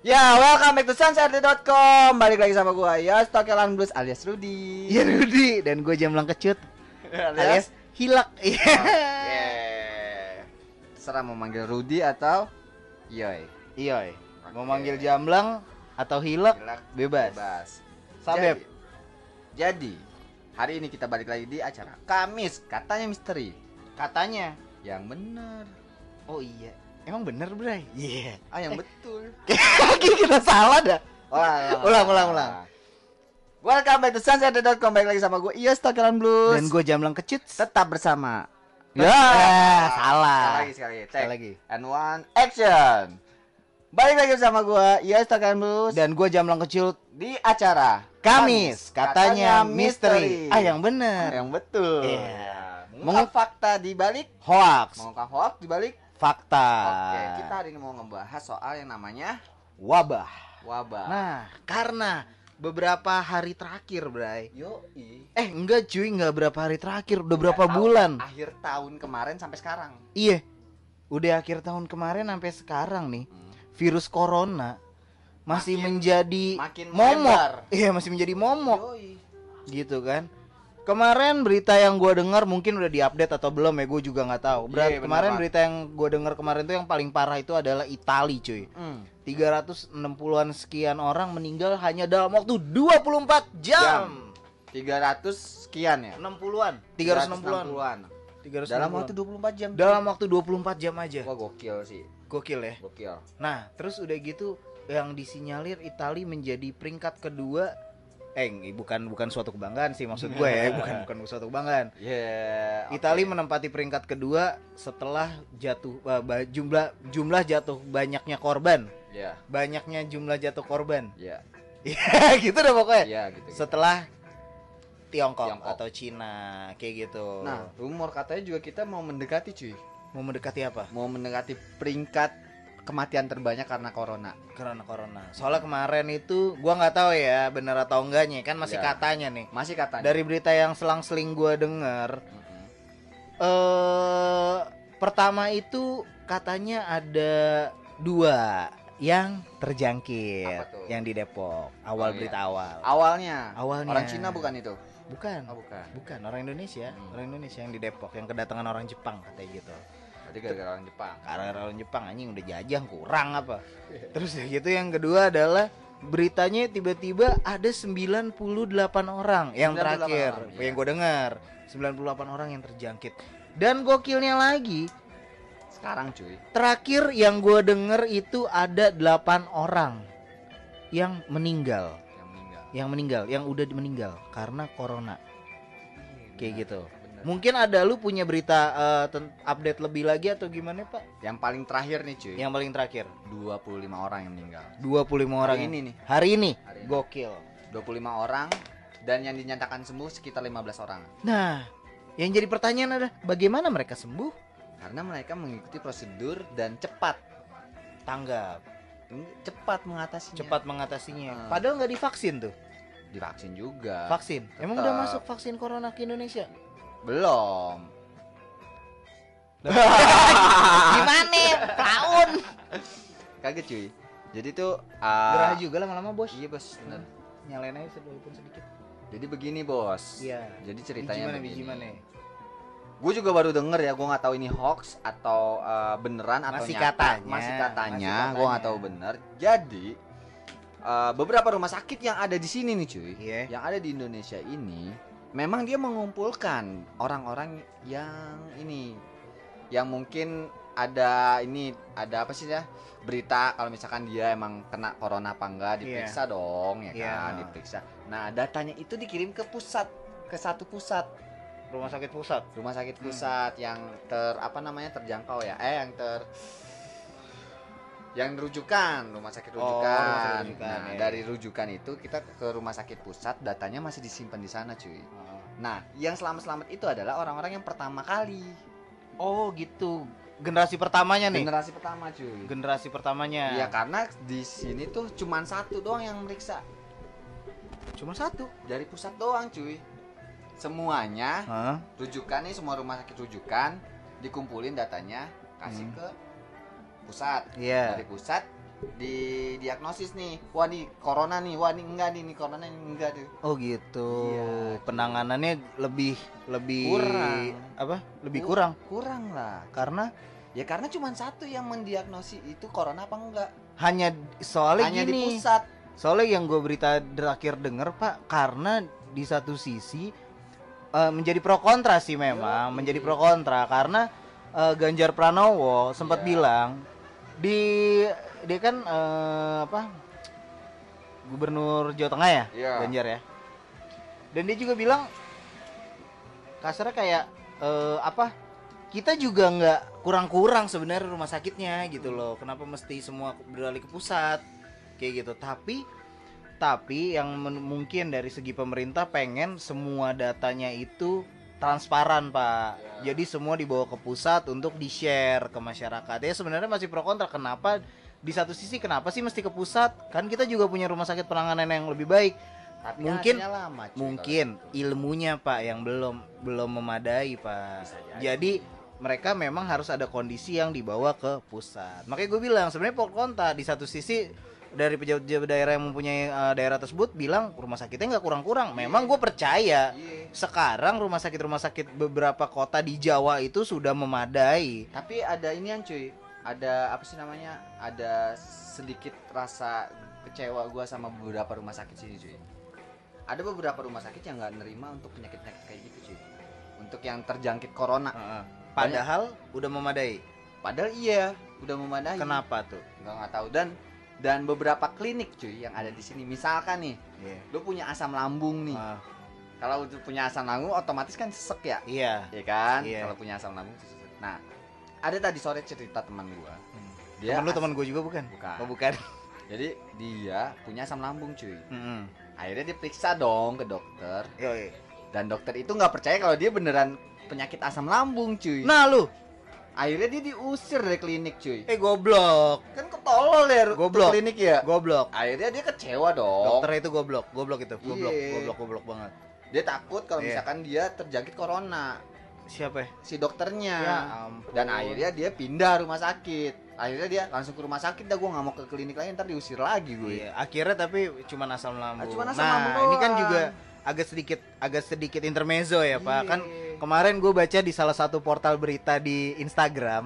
Ya, welcome back to sunset.com. Balik lagi sama gua ya, Stokelan Blues alias Rudy. Iya Rudy, dan gue Jamlang Kecut alias Hilak. Oke. Serah mau manggil Rudy atau Yoy. Iya, mau Oke. manggil Jamlang atau Hilak, Hilak, bebas. Sabep. Jadi, hari ini kita balik lagi di acara Kamis, katanya misteri. Katanya. Yang bener. Oh iya, emang bener Bray? Iya. Yang betul. Kita salah dah. Ulang. Welcome back to sunset.com. Balik lagi sama gue Iya Stokelan Blues. Dan gue Jamlang Kecut. Tetap bersama. Salah. Sekali Sekali lagi. And one action. Balik lagi bersama gue Iya Stokelan Blues. Dan gue Jamlang Kecut Di acara Kamis, katanya misteri. Yang bener. Yang betul. Iya. Mengungkap fakta di balik Hoax. Mengungkap hoax di balik Fakta. Oke, kita hari ini mau ngebahas soal yang namanya Wabah. wabah. Nah, karena beberapa hari terakhir, Bray. Yoi. Enggak cuy, enggak berapa hari terakhir, udah Udah berapa tahun- bulan. Akhir tahun kemarin sampai sekarang. Iya. Udah akhir tahun kemarin sampai sekarang nih. Virus corona masih menjadi makin momok. melebar. Iya, masih menjadi momok. Yoi. Gitu kan. Kemarin berita yang gue dengar mungkin udah diupdate atau belum ya, gue juga nggak tahu. Iya, bener Kemarin banget. berita yang gue dengar kemarin tuh yang paling parah itu adalah Itali cuy. 360-an sekian orang meninggal hanya dalam waktu 24 jam. 300 sekian ya. 60-an, 360-an. 360-an. 360-an. Dalam waktu 24 jam. Dalam waktu 24 jam aja. Wah, gokil sih. Gokil ya. Gokil. Nah, terus udah gitu yang disinyalir Itali menjadi peringkat kedua. Bukan suatu kebanggaan sih maksud gue ya, bukan suatu kebanggaan. Yeah. Itali menempati peringkat kedua setelah jatuh jumlah jatuh banyaknya korban. Ya. Banyaknya jumlah jatuh korban. Ya. Ya, gitu dah pokoknya. Ya, gitu. Setelah Tiongkok Tiongkok. atau Cina kayak gitu. Nah, rumor katanya juga kita mau mendekati cuy. Mau mendekati apa? Mau mendekati peringkat kematian terbanyak karena corona. Karena corona. Soalnya kemarin itu gua nggak tahu ya bener atau enggaknya, kan masih Ya. katanya nih. Masih katanya. Dari berita yang selang-seling gua denger, pertama itu katanya ada 2 yang terjangkit. Apa tuh? Yang di Depok. Awal Oh, berita iya. awal. Awalnya. Awalnya. Orang Cina bukan itu? Bukan. Oh, bukan. Bukan, orang Indonesia. Orang Indonesia yang di Depok yang kedatangan orang Jepang katanya gitu. Berarti gara-gara orang Jepang. Karena orang Jepang anjing udah jajah kurang apa. Terus ya gitu yang kedua adalah beritanya tiba-tiba ada 98 orang yang 98 terakhir orang, iya. yang gue dengar 98 orang yang terjangkit. Dan gokilnya lagi Sekarang cuy. terakhir yang gue denger itu ada 8 orang yang meninggal. Yang udah meninggal karena corona. Kayak gitu. Bener. Mungkin ada lu punya berita update lebih lagi atau gimana Pak? Yang paling terakhir nih cuy. Yang paling terakhir 25 orang yang meninggal. 25 orang Hari yang- ini nih. Hari ini. Hari ini. Gokil. 25 orang dan yang dinyatakan sembuh sekitar 15 orang. Nah, yang jadi pertanyaan adalah bagaimana mereka sembuh? Karena mereka mengikuti prosedur dan cepat mengatasinya. Cepat mengatasinya. Hmm. Padahal nggak divaksin tuh. Divaksin juga. Vaksin. Emang Tetap. udah masuk vaksin corona ke Indonesia? Belum. Gimana? Tahun. Kaget cuy. Jadi tuh Gerah juga lama-lama bos. Iya bos, bener. Nyalain aja walaupun sedikit. Jadi begini bos. Iya. Jadi ceritanya begini. Gimana? Gue juga baru denger ya, gue nggak tahu ini hoax atau beneran atau Masih nyata. katanya. Masih katanya, Masih gue nggak katanya. tahu bener. Jadi beberapa rumah sakit yang ada di sini nih cuy, Iya. yang ada di Indonesia ini, memang dia mengumpulkan orang-orang yang ini, yang mungkin ada apa sih ya, berita kalau misalkan dia emang kena corona apa enggak, diperiksa dong ya Iya. kan, diperiksa. Nah datanya itu dikirim ke satu pusat. Rumah sakit pusat. Rumah sakit pusat yang terjangkau ya, yang rujukan, rumah sakit rujukan. rumah sakit rujukan, Nah, ya. dari rujukan itu kita ke rumah sakit pusat, datanya masih disimpan di sana, cuy. Nah, yang selamat itu adalah orang-orang yang pertama kali. Oh gitu. Generasi pertamanya nih. Generasi pertama, cuy. Generasi pertamanya. Iya, karena di sini tuh cuman 1 doang yang meriksa. Cuma 1. Dari pusat doang, cuy. Semuanya Hah? rujukan nih, semua rumah sakit rujukan dikumpulin datanya, kasih ke pusat. Iya. Dari pusat di diagnosis nih, wah nih corona nih, wah nih enggak nih corona nih enggak tuh. Oh gitu. Iya. Penanganannya lebih Kurang. apa? Lebih kurang. Kurang lah. Karena Karena cuma satu yang mendiagnosis itu corona apa enggak. hanya soalnya Hanya di gini. pusat. Soalnya yang gue berita terakhir denger Pak, karena di satu sisi menjadi pro kontra sih memang, menjadi pro kontra karena Ganjar Pranowo sempat bilang dia kan apa Gubernur Jawa Tengah ya, Ganjar ya. Dan dia juga bilang kasarnya kayak apa kita juga nggak kurang-kurang sebenarnya rumah sakitnya gitu loh. Kenapa mesti semua beralih ke pusat kayak gitu? Tapi yang mungkin dari segi pemerintah pengen semua datanya itu transparan Pak. Jadi semua dibawa ke pusat untuk di-share ke masyarakat. Ya sebenarnya masih pro kontra. Kenapa di satu sisi kenapa sih mesti ke pusat? Kan kita juga punya rumah sakit penanganan yang lebih baik. Tapi mungkin lama, cuy, mungkin ilmunya Pak yang belum memadai Pak. Jadi mereka memang harus ada kondisi yang dibawa ke pusat. Makanya gue bilang sebenarnya pro kontra. Di satu sisi dari pejabat daerah yang mempunyai daerah tersebut bilang rumah sakitnya nggak kurang-kurang. Memang gue percaya sekarang rumah sakit beberapa kota di Jawa itu sudah memadai. Tapi ada ini yang cuy, ada apa sih namanya? Ada sedikit rasa kecewa gue sama beberapa rumah sakit sini cuy. Ada beberapa rumah sakit yang nggak nerima untuk penyakit-penyakit kayak gitu cuy. Untuk yang terjangkit corona. Padahal udah memadai. Padahal iya, udah memadai. Kenapa tuh? Nggak tahu. Dan beberapa klinik cuy yang ada di sini. Misalkan nih, lu punya asam lambung nih. Kalau punya asam lambung otomatis kan sesek ya. Iya. Iya kan? Iya. Kalau punya asam lambung sesek. Nah, ada tadi sore cerita teman gua. Teman gua juga bukan? Bukan. Oh bukan. Jadi dia punya asam lambung cuy. Akhirnya diperiksa dong ke dokter. Dan dokter itu nggak percaya kalau dia beneran penyakit asam lambung cuy. Nah lu akhirnya dia diusir dari klinik cuy. Goblok. Kan ketolol ya Goblok. klinik ya. Goblok. Akhirnya dia kecewa dong. Dokter itu goblok itu. Goblok banget. Dia takut kalau misalkan dia terjangkit corona. Siapa ya? Si dokternya. Ya ampun. Dan akhirnya dia pindah rumah sakit. Akhirnya dia langsung ke rumah sakit dah, gue nggak mau ke klinik lain, ntar diusir lagi gue. Iya, akhirnya tapi cuma asam lambung. Lambung ini kan doang. juga agak sedikit intermezzo ya Pak. Kan kemarin gue baca di salah satu portal berita di Instagram.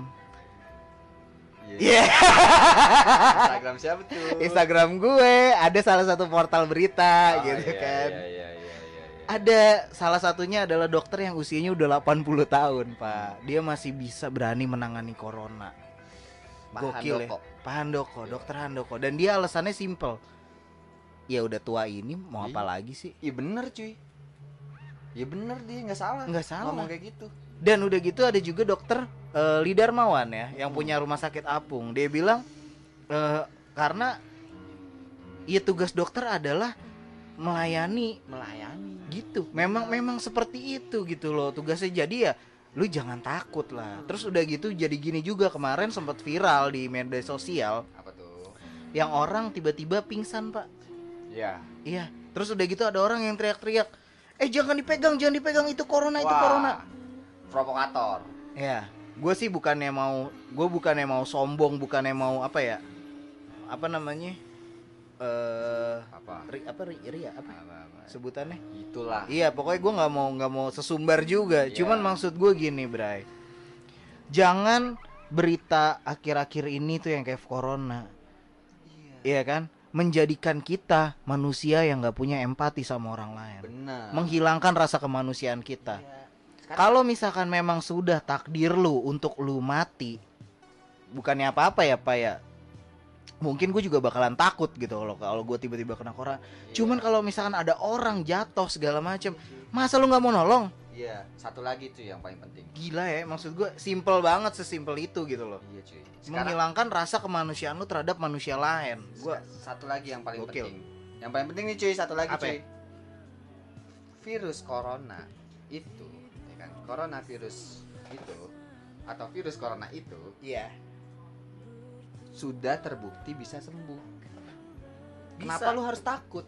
Instagram siapa tuh? Instagram gue ada salah satu portal berita gitu kan. Ada salah satunya adalah dokter yang usianya udah 80 tahun Pak. Dia masih bisa berani menangani corona. Gokil ya. Pak Handoko, dokter Handoko. Dan dia alasannya simple. Ya udah tua ini mau apa lagi sih? Iya bener cuy. Ya bener dia nggak salah. Ngomong kayak gitu. Dan udah gitu ada juga dokter Lidarmawan ya yang punya rumah sakit apung. Dia bilang karena ya tugas dokter adalah melayani gitu. Memang seperti itu gitu loh tugasnya. Jadi ya lu jangan takut lah. Terus udah gitu jadi gini juga kemarin sempat viral di media sosial. Apa tuh? Yang orang tiba-tiba pingsan Pak. Iya. Terus udah gitu ada orang yang teriak-teriak, jangan dipegang itu corona. Itu corona. Provokator. Ya, gue bukannya mau sombong, bukannya mau apa ya? Apa namanya? Ria sebutannya? Itulah. Iya, pokoknya gue nggak mau sesumbar juga. Cuman maksud gue gini, Bray. Jangan berita akhir-akhir ini tuh yang kayak corona. Iya kan? Menjadikan kita manusia yang nggak punya empati sama orang lain. Benar. Menghilangkan rasa kemanusiaan kita. Kalau misalkan memang sudah takdir lu untuk lu mati, bukannya apa-apa ya Pak ya. Mungkin gue juga bakalan takut gitu kalau gue tiba-tiba kena corona. Cuman kalau misalkan ada orang jatuh segala macam, masa lu nggak mau nolong? Iya, satu lagi tuh yang paling penting. Gila ya, maksud gue simple banget, sesimpel itu gitu loh. Iya cuy. Menghilangkan rasa kemanusiaan lu terhadap manusia lain. Gua satu lagi yang paling penting. Yang paling penting nih cuy, satu lagi cuy. Virus corona itu, ya kan? Coronavirus itu atau virus corona itu, sudah terbukti bisa sembuh. Kenapa lu harus takut?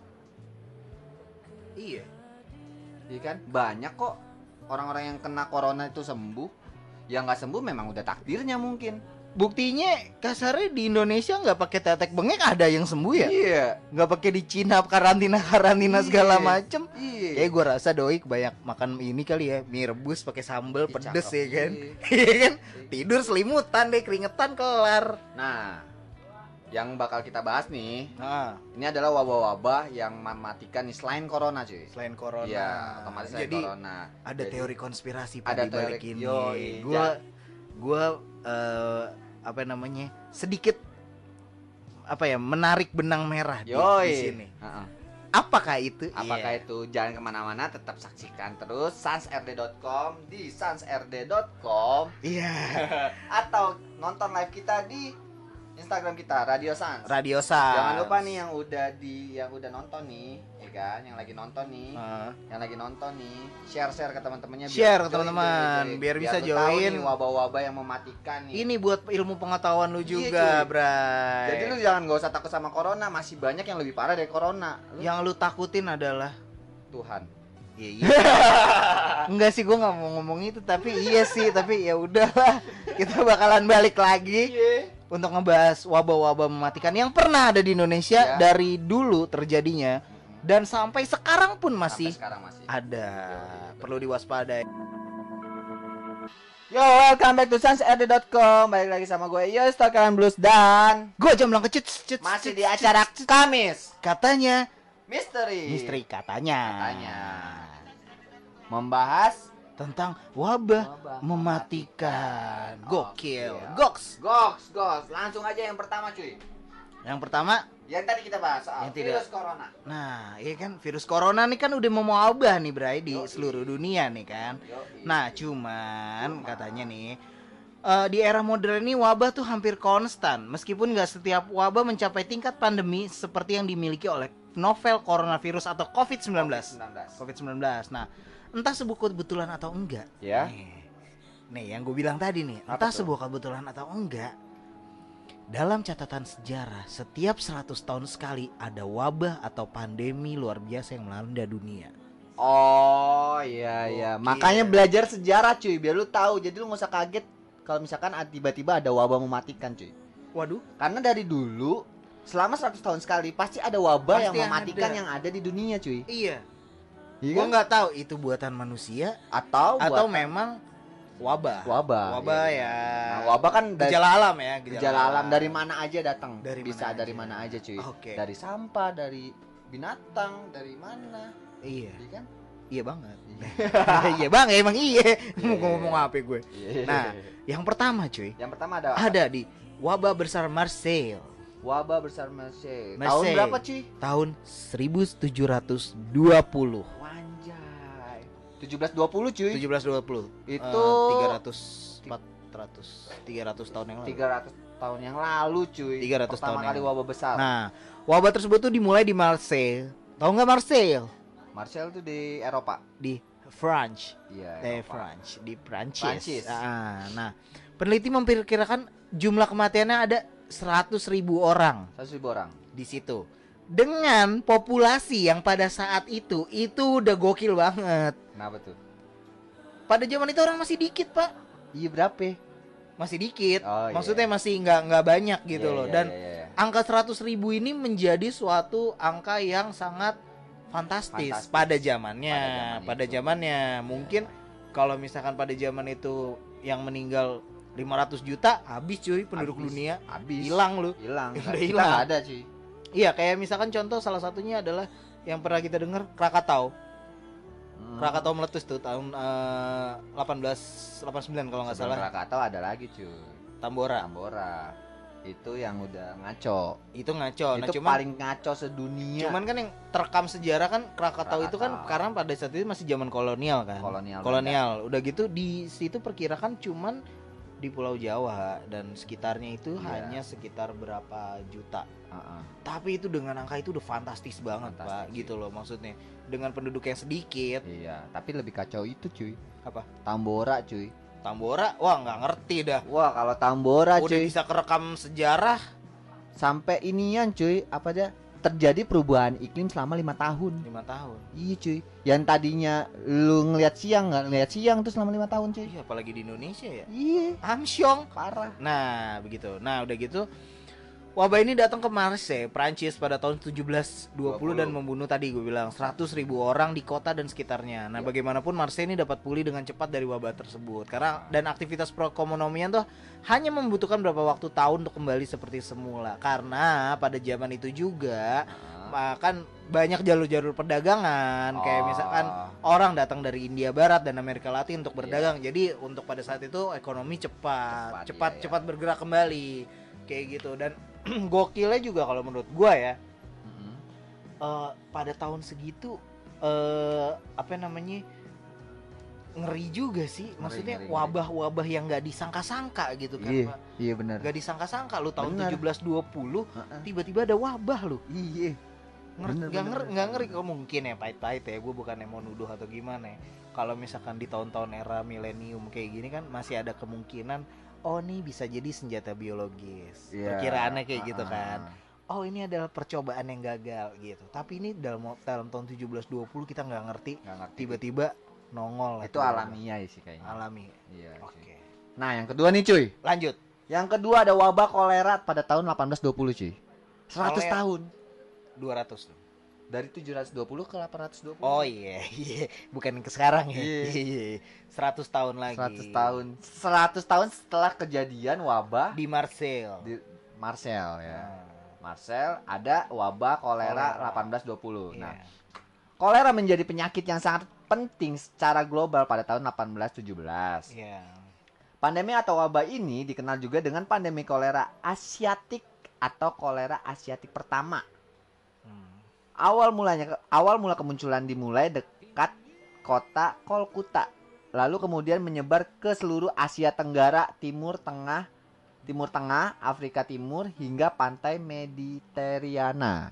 Iya kan? Banyak kok orang-orang yang kena corona itu sembuh. Yang nggak sembuh memang udah takdirnya mungkin. Buktinya kasarnya di Indonesia nggak pakai tetek bengek ada yang sembuh ya? Iya. Nggak pakai di Cina karantina segala macem. Iya. Kayak gue rasa doi kebanyak makan ini kali ya, mie rebus pakai sambal Ih, pedes cakep. ya kan. Iya. Iya kan? Tidur selimutan deh, keringetan kelar. Nah, yang bakal kita bahas nih, Nah, ini adalah wabah-wabah yang mematikan nih selain corona, cuy. selain corona. Iya, otomatis selain Jadi corona. ada Jadi, teori konspirasi ada pada balik teori- ini. yoi, Gua apa namanya? Sedikit apa ya? Menarik benang merah di Yoi. sini. Heeh. Apakah itu? Apakah Iya. itu? Jangan kemana-mana, tetap saksikan terus sansrd.com di sansrd.com Iya. atau nonton live kita di Instagram kita Radio Sans. Radio Sans. Jangan lupa nih yang udah nonton nih, ya kan? Yang lagi nonton nih, share ke teman-temannya. Share ke join, teman-teman, biar bisa lu tahu join. nih wabah-wabah yang mematikan nih. Ini buat ilmu pengetahuan lu Iya, juga, cuy. Bray. Jadi lu jangan gak usah takut sama corona, masih banyak yang lebih parah dari corona. Yang lu takutin adalah Tuhan. iya iya. Enggak sih, gua nggak mau ngomong itu, tapi iya sih, tapi ya udahlah. Kita bakalan balik lagi untuk ngebahas wabah-wabah mematikan yang pernah ada di Indonesia Iya. dari dulu terjadinya dan sampai sekarang pun masih Sampai sekarang masih. ada. Perlu diwaspadai. Yo, welcome back to sansrd.com. Balik lagi sama gue Yos Tokaran Blues dan Gua Jomblang kecut masih di acara Kamis katanya Misteri. katanya Membahas tentang wabah mematikan. Gokil. Oke. Goks. Goks. Langsung aja yang pertama, cuy. Yang pertama, Yang tadi kita bahas soal Yang tidak. virus corona. nah, iya kan virus corona nih kan udah mau wabah nih, Bray, di Yoi. seluruh dunia nih kan. Yoi. Nah, cuman katanya nih di era modern ini wabah tuh hampir konstan meskipun nggak setiap wabah mencapai tingkat pandemi seperti yang dimiliki oleh novel coronavirus atau COVID-19. COVID-19. Nah, entah sebuah kebetulan atau enggak. Ya. Nih yang gue bilang tadi nih, Apa entah tuh? sebuah kebetulan atau enggak. Dalam catatan sejarah, setiap 100 tahun sekali ada wabah atau pandemi luar biasa yang melanda dunia. Oh iya iya. Gokil. Makanya belajar sejarah, cuy, biar lu tahu. Jadi lu nggak usah kaget kalau misalkan tiba-tiba ada wabah mematikan, cuy. Waduh, Karena dari dulu selama 100 tahun sekali pasti ada wabah yang Pasti mematikan ada. yang ada di dunia, cuy. iya. Iya Gue kan? nggak tahu itu buatan manusia Atau atau buatan memang wabah. wabah. Wabah Iya. ya. Nah, wabah kan dari Gejala alam ya. gejala alam dari mana aja datang. Dari Bisa mana dari aja. mana aja, cuy. Oke. Dari sampah, dari binatang, dari mana? Iya. Iya kan? Iya banget. Iya bang, emang iya. Mau Iya. ngomong apa gue? Iya. Nah, yang pertama cuy, yang pertama ada ada di wabah besar Marseille wabah besar Marseille. Tahun Marseille. berapa, cuy? tahun 1720. Wanjay. 1720, cuy. 1720. Itu 300 tahun yang lalu. 300 tahun yang lalu, cuy. 300 Pertama tahun kali yang wabah besar. Nah, wabah tersebut tuh dimulai di Marseille. Tahu nggak Marseille? Marseille tuh di Eropa. Di France. Iya, Eropa. France, di Prancis. Prancis. Nah, peneliti memperkirakan jumlah kematiannya ada 100.000 orang 100.000 orang. di situ. Dengan populasi yang pada saat itu udah gokil banget. Kenapa tuh? Pada zaman itu orang masih dikit, Pak. Iya, berapa? Masih dikit. Oh, iya. Maksudnya masih nggak banyak gitu Iya, loh. iya, Dan iya, iya. angka 100.000 ini menjadi suatu angka yang sangat fantastis, Fantastis. pada zamannya. Pada zaman itu. Zamannya mungkin kalau misalkan pada zaman itu yang meninggal 500 juta, habis cuy penduduk Habis. dunia. Habis. Hilang lu. Hilang. Udah Kita hilang. nggak ada, cuy. Iya, kayak misalkan contoh salah satunya adalah yang pernah kita dengar Krakatau. Krakatau meletus tuh tahun 1889 kalau nggak Sebelum salah. Krakatau ada lagi, cuy. Tambora. Tambora. Itu yang udah ngaco. Itu ngaco. Nah, Itu cuman paling ngaco sedunia. Cuman kan yang terekam sejarah kan Krakatau itu kan Krakatau. karena pada saat itu masih zaman kolonial kan. Kolonial Udah gitu di situ perkirakan cuman di Pulau Jawa dan sekitarnya itu Iya. hanya sekitar berapa juta. Heeh. Tapi itu dengan angka itu udah fantastis banget, Pak. Fantastis, Gitu loh maksudnya. Dengan penduduk yang sedikit. Iya, tapi lebih kacau itu, cuy. Apa? Tambora, cuy. Tambora, wah nggak ngerti dah. Wah, kalau Tambora, Udah cuy. bisa kerekam sejarah. Sampai inian, cuy. Apa aja? terjadi perubahan iklim selama 5 tahun. 5 tahun. Iya cuy. Yang tadinya lu ngelihat siang nggak ngelihat siang tuh selama 5 tahun cuy. Iya, apalagi di Indonesia ya. Iya. Amsyong. Parah. Nah, begitu. Nah, udah gitu wabah ini datang ke Marseille, Prancis pada tahun 1720 dan membunuh tadi gue bilang 100.000 orang di kota dan sekitarnya. Nah, bagaimanapun Marseille ini dapat pulih dengan cepat dari wabah tersebut. Karena dan aktivitas perekonomian tuh hanya membutuhkan beberapa waktu tahun untuk kembali seperti semula. Karena pada zaman itu juga kan banyak jalur-jalur perdagangan, kayak misalkan orang datang dari India Barat dan Amerika Latin untuk berdagang. Jadi untuk pada saat itu ekonomi cepat bergerak kembali kayak gitu. Dan gokilnya juga kalau menurut gua ya, pada tahun segitu apa namanya, ngeri juga sih. Maksudnya wabah-wabah yang nggak disangka-sangka gitu kan. Iya benar. Nggak disangka-sangka lu tahun 1720 tiba-tiba ada wabah lu. Iya. Nggak ngeri kok, mungkin ya pahit-pahit ya, gue bukan mau nuduh atau gimana ya. Kalau misalkan di tahun-tahun era milenium kayak gini kan masih ada kemungkinan oh nih bisa jadi senjata biologis, perkiraannya kayak gitu kan. Oh ini adalah percobaan yang gagal gitu. Tapi ini dalam tahun 1720 kita nggak ngerti tiba-tiba nongol. Itu alamiah sih kayaknya. Alami. Iya. Oke. Nah yang kedua nih cuy. Lanjut. Yang kedua ada wabah kolera pada tahun 1820 cuy. 100 tahun. 200 tuh. Dari 720 ke 820. Oh iya, bukan ke sekarang ya. Iya. 100 tahun lagi. 100 tahun. 100 tahun setelah kejadian wabah di Marseille. Di Marseille ya. Marseille ada wabah kolera 1820. Nah, kolera menjadi penyakit yang sangat penting secara global pada tahun 1817. Pandemi atau wabah ini dikenal juga dengan pandemi kolera Asiatik atau kolera Asiatik pertama. Awal mula kemunculan dimulai dekat kota Kolkata, lalu kemudian menyebar ke seluruh Asia Tenggara, Timur Tengah, Afrika Timur hingga pantai Mediterania.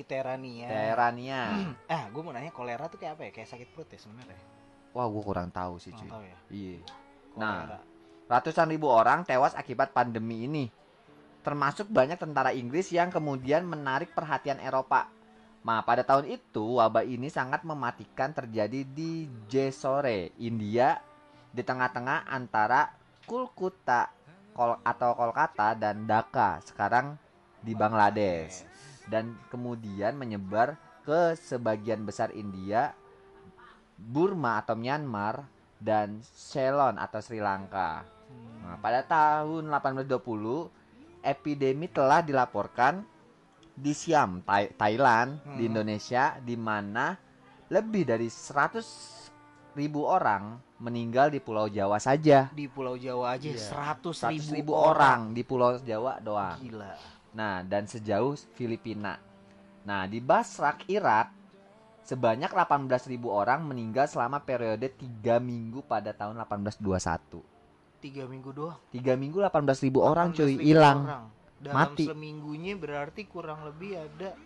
Gue mau nanya, kolera tuh kayak apa ya? Kayak sakit perut ya sebenarnya? Wah, gue kurang tahu sih cuy. Ya? Iya. Nah, ratusan ribu orang tewas akibat pandemi ini, termasuk banyak tentara Inggris yang kemudian menarik perhatian Eropa. Nah, pada tahun itu wabah ini sangat mematikan terjadi di Jessore, India, di tengah-tengah antara Kolkata dan Dhaka, sekarang di Bangladesh, dan kemudian menyebar ke sebagian besar India, Burma atau Myanmar, dan Ceylon atau Sri Lanka. Nah, pada tahun 1820 epidemi telah dilaporkan di Siam, Thailand, di Indonesia, di mana lebih dari 100.000 orang meninggal di Pulau Jawa saja. Di Pulau Jawa aja 100.000 orang di Pulau Jawa doang. Gila. Nah, dan sejauh Filipina. Nah, di Basra, Irak, sebanyak 18.000 orang meninggal selama periode 3 minggu pada tahun 1821. 3 minggu doang? 3 minggu 18.000 orang cuy, hilang. Dalam seminggunya berarti kurang lebih ada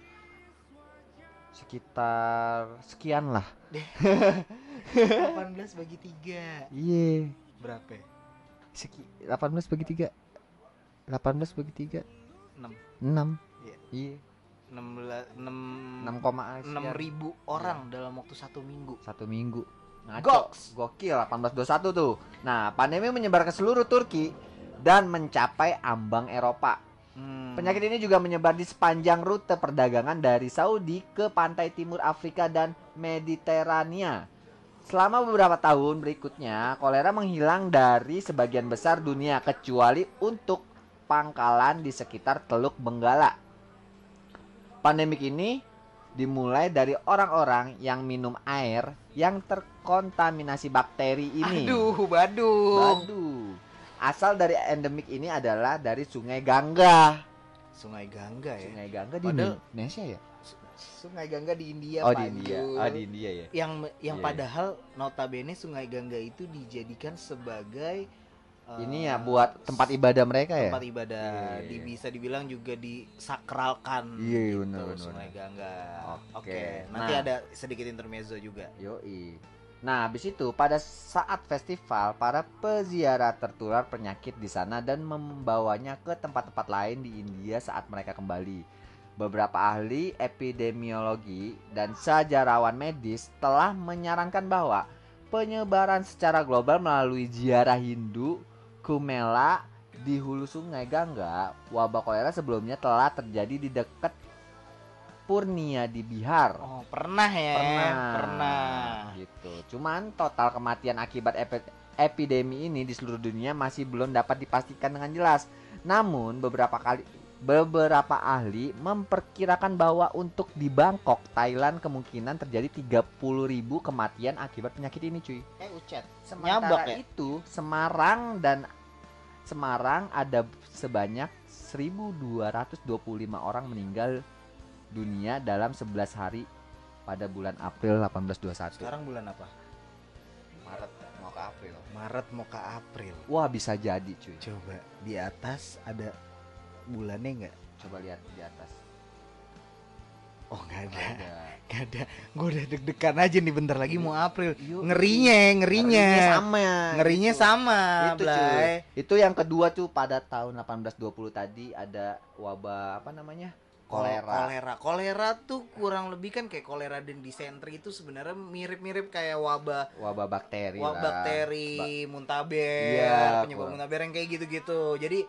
sekitar sekian lah. 18 bagi 3. Iya. Berapa? 18 bagi 3. 18 bagi 3. 6. Iya. 6.000 orang dalam waktu 1 minggu. 1 minggu. Gokil 1821 tuh. Nah, pandemi menyebar ke seluruh Turki dan mencapai ambang Eropa. Penyakit ini juga menyebar di sepanjang rute perdagangan dari Saudi ke pantai timur Afrika dan Mediterania. Selama beberapa tahun berikutnya, kolera menghilang dari sebagian besar dunia kecuali untuk pangkalan di sekitar Teluk Benggala. Pandemik ini dimulai dari orang-orang yang minum air yang terkontaminasi bakteri ini. Aduh, badung. Asal dari endemik ini adalah dari Sungai Gangga. Sungai Gangga ya? Sungai Gangga di Indonesia ya? Sungai Gangga di India. Oh, di India ya. Yang padahal notabene Sungai Gangga itu dijadikan sebagai ini ya buat tempat ibadah mereka ya. Tempat ibadah. Bisa dibilang juga disakralkan. Iya, gitu, benar. Sungai Gangga. Oke. Nanti ada sedikit intermezzo juga. Yoi. Nah, habis itu pada saat festival, para peziarah tertular penyakit di sana dan membawanya ke tempat-tempat lain di India saat mereka kembali. Beberapa ahli epidemiologi dan sejarawan medis telah menyarankan bahwa penyebaran secara global melalui ziarah Hindu Kumela di hulu sungai Gangga. Wabah kolera sebelumnya telah terjadi di dekat Purnia di Bihar. Oh, pernah ya? Pernah. Gitu. Cuman total kematian akibat epidemi ini di seluruh dunia masih belum dapat dipastikan dengan jelas. Namun beberapa ahli memperkirakan bahwa untuk di Bangkok, Thailand kemungkinan terjadi 30.000 kematian akibat penyakit ini, cuy. Ucet. Sementara Nyabak ya? itu, Semarang ada sebanyak 1.225 orang meninggal dunia dalam 11 hari pada bulan April 1821. Sekarang bulan apa? Maret mau ke April. Maret mau ke April. Wah, bisa jadi, cuy. Coba di atas ada bulannya nggak? Coba lihat di atas. Oh, nggak ada. Ada. Nggak ada. Gue udah deg-degan aja nih, bentar lagi mau April. Yuk. Ngerinya. sama. Ngerinya gitu. sama, Itu, cuy. Blay. Itu yang kedua tuh pada tahun 1820 tadi ada wabah apa namanya? Kolera tuh kurang lebih kan kayak kolera dan disentri itu sebenarnya mirip-mirip kayak wabah bakteri muntaber, Iya, penyebab kurang. muntaber yang kayak gitu-gitu. Jadi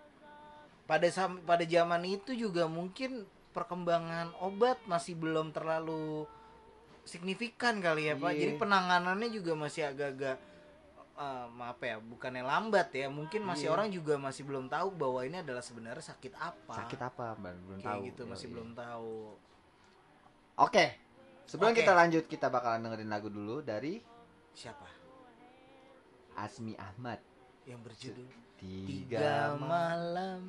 pada zaman itu juga mungkin perkembangan obat masih belum terlalu signifikan kali ya, Pak. Iya. Jadi penanganannya juga masih agak-agak maaf ya, bukannya lambat ya, mungkin masih Iya. orang juga masih belum tahu bahwa ini adalah sebenarnya sakit apa. Sakit apa? Belum Kayak tahu. gitu, masih Yoi. belum tahu. Oke. Sebelum Oke. kita lanjut, kita bakalan dengerin lagu dulu dari Siapa Asmi Ahmad. yang berjudul Tiga Malam.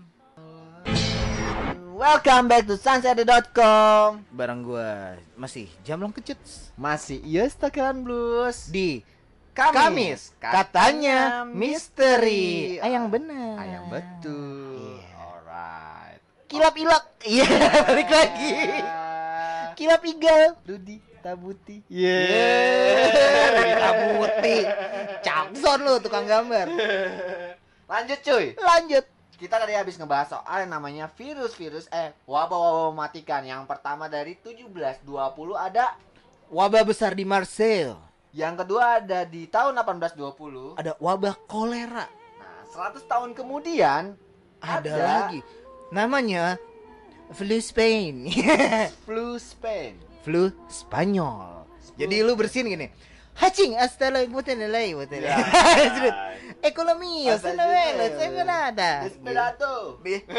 Welcome back to sunset.com. Bareng gua masih Jamlong Kecut Masih Yes Takaran Blues di Kamis. katanya misteri. Yang benar. Yang betul. Iya. Alright. Kilap ilak. Iya, balik lagi. Kilap igal. Rudi Tabuti. Rudi Tabuti. Capson lu tukang gambar. Lanjut cuy. Lanjut. Kita tadi habis ngebahas soal yang namanya virus-virus wabah-wabah mematikan. Yang pertama dari 1720 ada, Wabah besar di Marseille. yang kedua ada di tahun 1820. Ada wabah kolera. Nah, 100 tahun kemudian Ada lagi. Namanya flu Spain. flu Spain. Flu Spanyol. Jadi lu bersihin gini. Hacing hasta la butenelai. Ya. Ekonomi, Hasta senamelo, luego. sebenada. Desperado.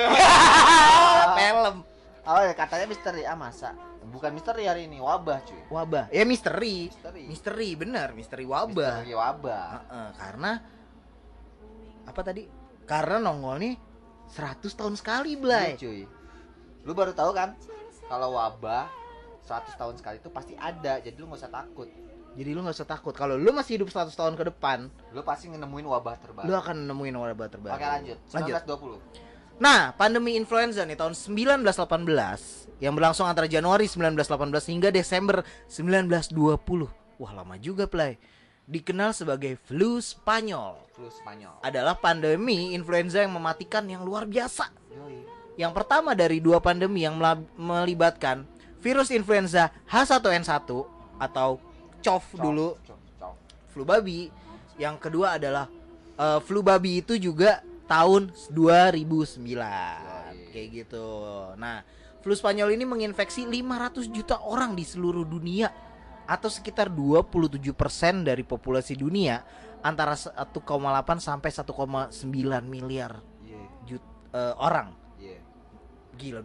Film. Oh, ya, katanya misteri. Masa? Bukan misteri hari ini, wabah cuy. Wabah. Ya misteri. Misteri. Misteri benar, misteri wabah. Misteri wabah. Karena apa tadi? Karena nongol nih 100 tahun sekali, Blay. Iya, cuy. Lu baru tahu kan kalau wabah 100 tahun sekali itu pasti ada. Jadi lu gak usah takut. Jadi lu gak usah takut. Kalau lu masih hidup 100 tahun ke depan, Lu pasti nemuin wabah terbaru. lu akan nemuin wabah terbaru. Oke, lanjut. 1920. Nah, pandemi influenza nih tahun 1918 yang berlangsung antara Januari 1918 hingga Desember 1920. Wah, lama juga, Play. Dikenal sebagai flu Spanyol. Flu Spanyol. Adalah pandemi influenza yang mematikan yang luar biasa. Yoi. Yang pertama dari dua pandemi yang melibatkan virus influenza H1N1 atau COV dulu, Cok. flu babi. Yang kedua adalah flu babi itu juga tahun 2009. Kayak gitu. Nah, flu Spanyol ini menginfeksi 500 juta orang di seluruh dunia atau sekitar 27% dari populasi dunia, antara 1,8 sampai 1,9 miliar Iya. orang. Iya. Gila,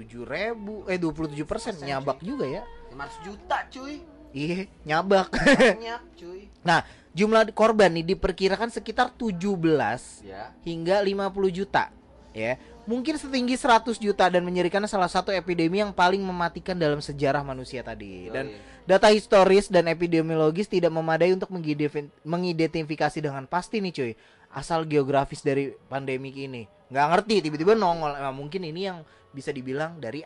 27% nyabak juga ya. 500 juta, cuy. Iya, nyabak. Banyak, cuy. Nah, jumlah korban nih diperkirakan sekitar 17 Ya. hingga 50 juta ya. Mungkin setinggi 100 juta dan menjadikan salah satu epidemi yang paling mematikan dalam sejarah manusia tadi. Dan data historis dan epidemiologis tidak memadai untuk mengidentifikasi dengan pasti nih cuy asal geografis dari pandemik ini. Nggak ngerti, tiba-tiba nongol. Mungkin ini yang bisa dibilang dari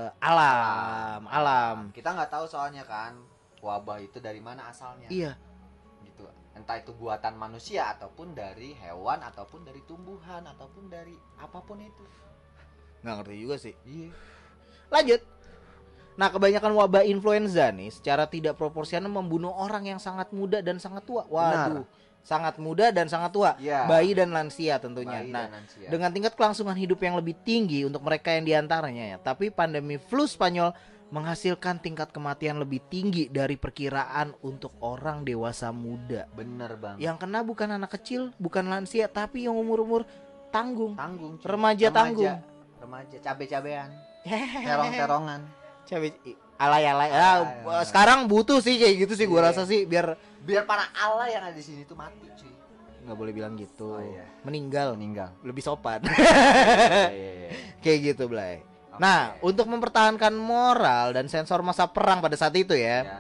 alam. Kita nggak tahu soalnya kan wabah itu dari mana asalnya. Iya. Gitu. Entah itu buatan manusia ataupun dari hewan ataupun dari tumbuhan ataupun dari apapun itu. Nggak ngerti juga sih. Iya. Lanjut. Nah, kebanyakan wabah influenza nih secara tidak proporsional membunuh orang yang sangat muda dan sangat tua. Waduh, sangat muda dan sangat tua. Ya. Bayi dan lansia tentunya. Bayi nah, dan lansia. dengan tingkat kelangsungan hidup yang lebih tinggi untuk mereka yang diantaranya ya. Tapi pandemi flu Spanyol menghasilkan tingkat kematian lebih tinggi dari perkiraan untuk orang dewasa muda. Bener bang. Yang kena bukan anak kecil, bukan lansia, tapi yang umur-umur tanggung. Tanggung. Remaja tanggung. Remaja, cabe-cabean. Terong-terongan. Cabe alay-alay. Sekarang butuh sih kayak gitu sih, gua rasa sih biar para alay yang ada di sini tuh mati cuy. Nggak boleh bilang gitu. Oh, iya. Meninggal lebih sopan. Iya. Kayak gitu, Blay. Nah, untuk mempertahankan moral dan sensor masa perang pada saat itu ya,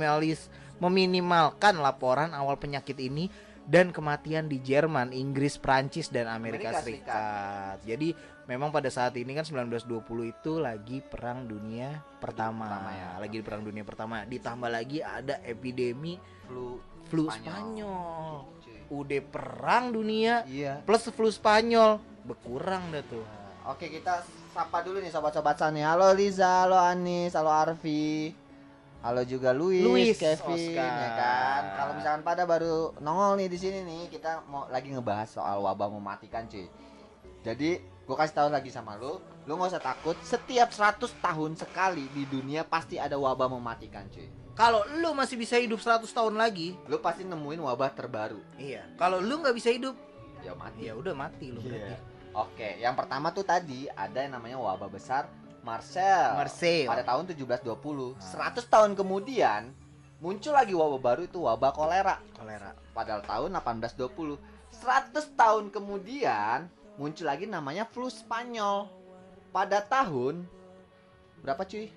meminimalkan laporan awal penyakit ini dan kematian di Jerman, Inggris, Prancis dan Amerika Serikat. Jadi memang pada saat ini kan 1920 itu lagi Perang Dunia Pertama ya. Lagi di Perang Dunia Pertama. Ditambah lagi ada epidemi flu Spanyol. Udah Perang Dunia plus flu Spanyol, berkurang dah tuh. Oke, kita sapa dulu nih sobat-sobat Sani. Halo Liza, halo Anis, halo Arfi. Halo juga Luis, Kevin, Oscar. ya kan. Kalau misalkan pada baru nongol nih di sini nih, kita mau lagi ngebahas soal wabah mematikan, cuy. Jadi, gue kasih tahu lagi sama lu nggak usah takut. Setiap 100 tahun sekali di dunia pasti ada wabah mematikan, cuy. Kalau lu masih bisa hidup 100 tahun lagi, lu pasti nemuin wabah terbaru. Iya. Kalau lu nggak bisa hidup, ya mati. Ya udah mati lu berarti. Oke, yang pertama tuh tadi ada yang namanya wabah besar Marcel pada tahun 1720. 100 tahun kemudian muncul lagi wabah baru, itu wabah kolera pada tahun 1820. 100 tahun kemudian muncul lagi namanya flu Spanyol pada tahun berapa cuy?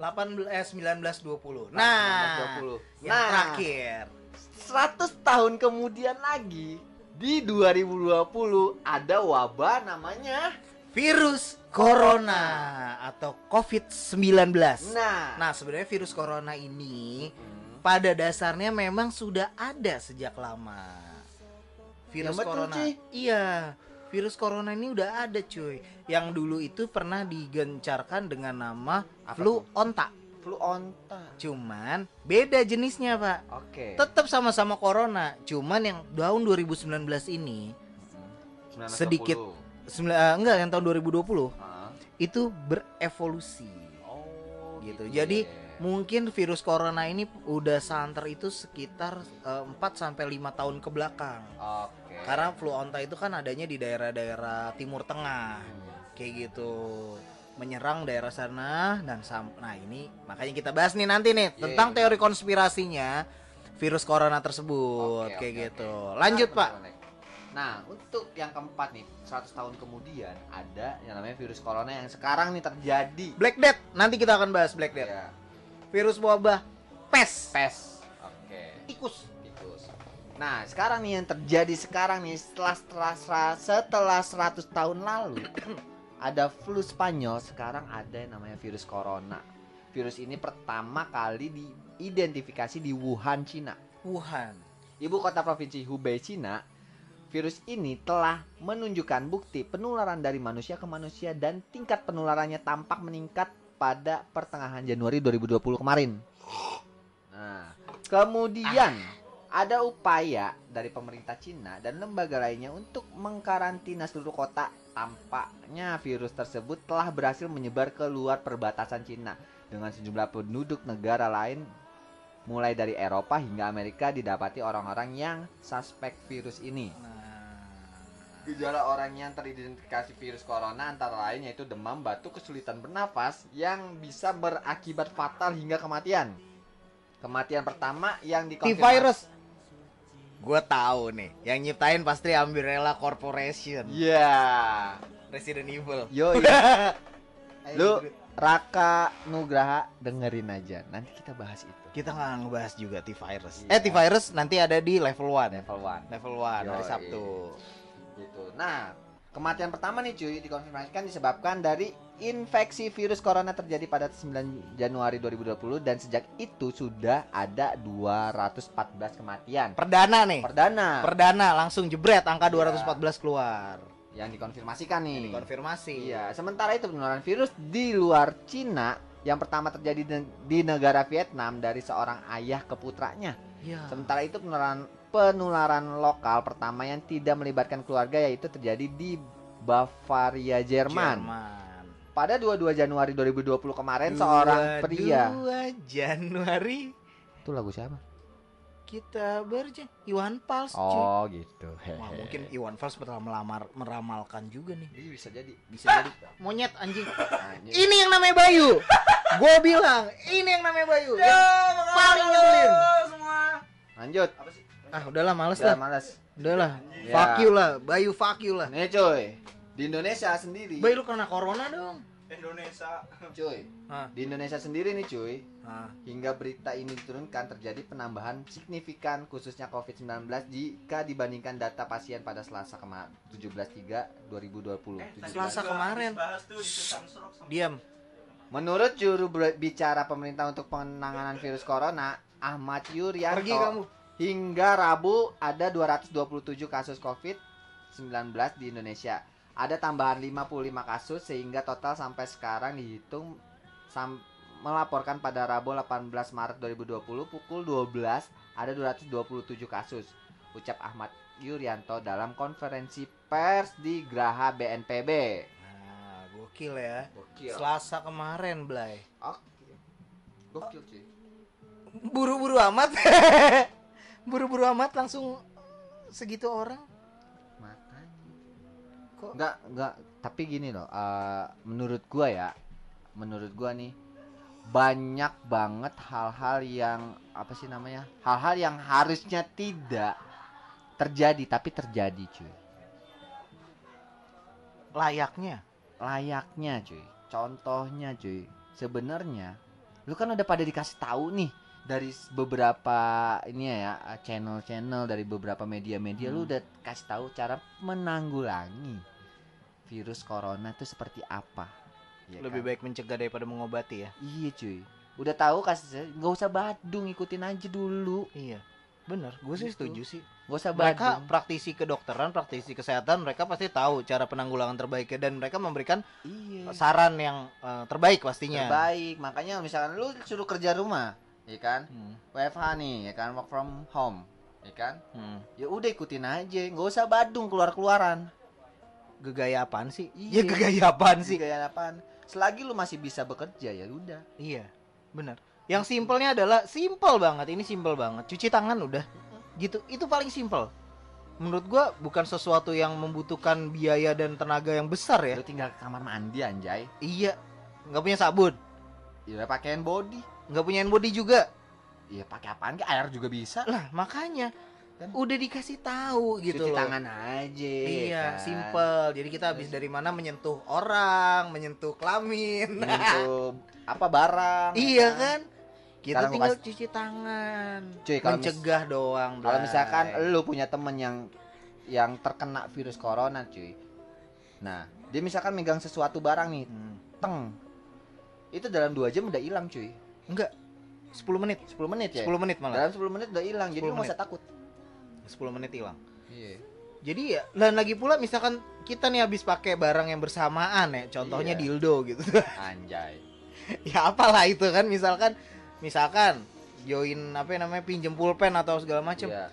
1920. 1920. Yang terakhir 100 tahun kemudian lagi di 2020 ada wabah namanya virus corona atau COVID-19. Nah, sebenarnya virus corona ini pada dasarnya memang sudah ada sejak lama. Virus corona. Iya, virus corona ini udah ada, cuy. Yang dulu itu pernah digencarkan dengan nama flu onta. Flu onta. Cuman beda jenisnya, Pak. Oke. Tetap sama-sama corona, cuman yang tahun 2019 ini sedikit enggak, yang tahun 2020 itu berevolusi. Gitu. Jadi mungkin virus corona ini udah santer itu sekitar 4 sampai 5 tahun ke belakang. Karena flu onta itu kan adanya di daerah-daerah Timur Tengah. Kayak gitu. Menyerang daerah sana dan nah ini makanya kita bahas nih nanti nih tentang teori konspirasinya virus corona tersebut. Gitu. Lanjut, Pak. Nah, untuk yang keempat nih, 100 tahun kemudian ada yang namanya virus corona yang sekarang nih terjadi. Black Death. Nanti kita akan bahas Black Death. Virus wabah pes. Tikus. Nah, sekarang nih yang terjadi sekarang nih setelah 100 tahun lalu ada flu Spanyol, sekarang ada yang namanya virus corona. Virus ini pertama kali diidentifikasi di Wuhan, Cina. Ibu kota provinsi Hubei, Cina. Virus ini telah menunjukkan bukti penularan dari manusia ke manusia dan tingkat penularannya tampak meningkat pada pertengahan Januari 2020 kemarin. Nah, kemudian ada upaya dari pemerintah Cina dan lembaga lainnya untuk mengkarantina seluruh kota. Tampaknya virus tersebut telah berhasil menyebar ke luar perbatasan Cina dengan sejumlah penduduk negara lain mulai dari Eropa hingga Amerika didapati orang-orang yang suspek virus ini. Gejala orang yang teridentifikasi virus corona antara lain yaitu demam, batuk, kesulitan bernafas yang bisa berakibat fatal hingga kematian. Kematian pertama yang dikonfirmasi T-virus. Gue tahu nih, yang nyiptain pasti Umbrella Corporation. Resident Evil. Lu Raka Nugraha dengerin aja. Nanti kita bahas itu. Kita nggak ngebahas juga T-virus. T-virus nanti ada di level 1. Level 1 hari Sabtu. Gitu. Nah, kematian pertama nih cuy dikonfirmasikan disebabkan dari infeksi virus corona terjadi pada 9 Januari 2020 dan sejak itu sudah ada 214 kematian. Perdana Perdana langsung jebret angka 214 keluar. yang dikonfirmasikan nih. Konfirmasi. Iya, sementara itu penularan virus di luar Cina yang pertama terjadi di negara Vietnam dari seorang ayah ke putranya. Iya. Sementara itu penularan lokal pertama yang tidak melibatkan keluarga yaitu terjadi di Bavaria, Jerman. Pada 22 Januari 2020 kemarin seorang pria. 2 Januari. Itu lagu siapa? Kita Iwan Fals. Oh, gitu. Wah, mungkin Iwan Fals pernah meramalkan juga nih. Iya, bisa jadi. Monyet anjing. Anjing. Ini yang namanya Bayu. Gue bilang, ini yang namanya Bayu. Yang paling nyebelin. Semua. Lanjut. Ah, udahlah males Udah lah. malas. Udahlah. Ya. Fuck you lah, Bayu fuck you lah. Nih, cuy. Di Indonesia sendiri. Bayu lu kena corona dong. Indonesia. Cuy. Hah. Di Indonesia sendiri nih, cuy. Nah, Hingga berita ini diturunkan terjadi penambahan signifikan khususnya COVID-19 jika dibandingkan data pasien pada Selasa kemarin 17/3/2020. Selasa kemarin. Diam. Menurut juru bicara pemerintah untuk penanganan virus corona, Ahmad Yuryanto, Pergi kamu. hingga Rabu ada 227 kasus COVID-19 di Indonesia. Ada tambahan 55 kasus sehingga total sampai sekarang dihitung melaporkan pada Rabu 18 Maret 2020 pukul 12 ada 227 kasus. Ucap Ahmad Yuryanto dalam konferensi pers di Graha BNPB. Nah, gokil ya. Gokil. Selasa kemarin, Blay. Oke. Gokil cuy. Buru-buru amat. Buru-buru amat langsung segitu orang. Makanya. Kok Enggak, tapi gini loh, menurut gua nih banyak banget hal-hal yang apa sih namanya? Hal-hal yang harusnya tidak terjadi tapi terjadi, cuy. Layaknya, cuy. Contohnya, cuy. Sebenarnya lu kan udah pada dikasih tahu nih dari beberapa ini ya, channel-channel dari beberapa media-media lu udah kasih tahu cara menanggulangi virus corona itu seperti apa. Ya lebih kan? baik mencegah daripada mengobati ya. Iya cuy. Udah tahu kasih, nggak usah badung, ikutin aja dulu. Iya. Bener, gue sih Gitu. setuju sih. Nggak usah Mereka badung. praktisi kedokteran, praktisi kesehatan, mereka pasti tahu cara penanggulangan terbaiknya dan mereka memberikan Iya. saran yang terbaik pastinya. Terbaik. Makanya misalkan lu suruh kerja rumah, ya kan? WFH nih, ya kan, work from home, ya kan? Ya udah ikutin aja, nggak usah badung keluar-keluaran. Gegaya apaan sih? Iya. Ya gegaya apaan sih? Gaya apaan? Selagi lu masih bisa bekerja ya udah. Iya, benar. Yang simpelnya adalah simpel banget. Ini simpel banget. Cuci tangan udah. Gitu. Itu paling simpel. Menurut gua bukan sesuatu yang membutuhkan biaya dan tenaga yang besar ya. Lu tinggal ke kamar mandi anjay. Iya. Nggak punya sabun, Ya udah pakein body. nggak punya hand body juga. Iya pakai apaan? Ke air juga bisa. Lah, makanya Kan? udah dikasih tahu gitu Cuci loh. tangan aja. Iya, kan? simple. Jadi kita habis dari mana menyentuh orang, menyentuh kelamin. Untuk apa barang? Iya kan? Kita Sekarang gua tinggal cuci tangan. Cuy, kalau mencegah doang. Kalau Blay. misalkan lu punya temen yang terkena virus corona, cuy. Nah, dia misalkan megang sesuatu barang nih, teng. Itu dalam 2 jam udah hilang, cuy. Enggak. 10 menit. 10 menit ya? 10 menit malah. Dalam 10 menit udah hilang. Jadi 10 lu enggak menit. usah takut. 10 menit hilang. Iya. Jadi ya, dan lagi pula misalkan kita nih habis pakai barang yang bersamaan ya, contohnya Iya. dildo gitu. Anjay. Ya apalah itu kan, misalkan join apa namanya pinjem pulpen atau segala macem. Iya.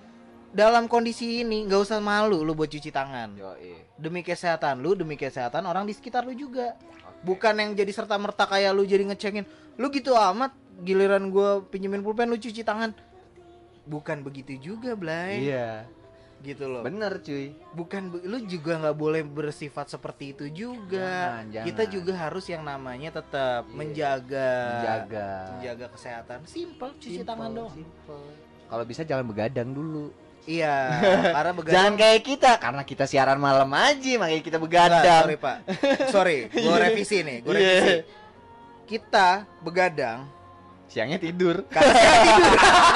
Dalam kondisi ini nggak usah malu lu buat cuci tangan. Yoi. Demi kesehatan lu, demi kesehatan orang di sekitar lu juga. Bukan yang jadi serta merta kayak lu jadi ngecekin. Lu gitu amat, giliran gua pinjemin pulpen lu cuci tangan. Bukan begitu juga, Blay. Iya. Gitu loh. Bener, cuy. Lu juga nggak boleh bersifat seperti itu juga. Jangan. Kita juga harus yang namanya tetap Iya. menjaga kesehatan. Simple, cuci Simple, tangan dong. simple. Kalau bisa jangan begadang dulu. Iya, karena begadang. Jangan kayak kita, karena kita siaran malam aja, makanya kita Enggak, begadang. sorry Pak. Sorry, gue revisi nih, gue Iya. revisi. Kita begadang Siangnya tidur. karena siangnya tidur.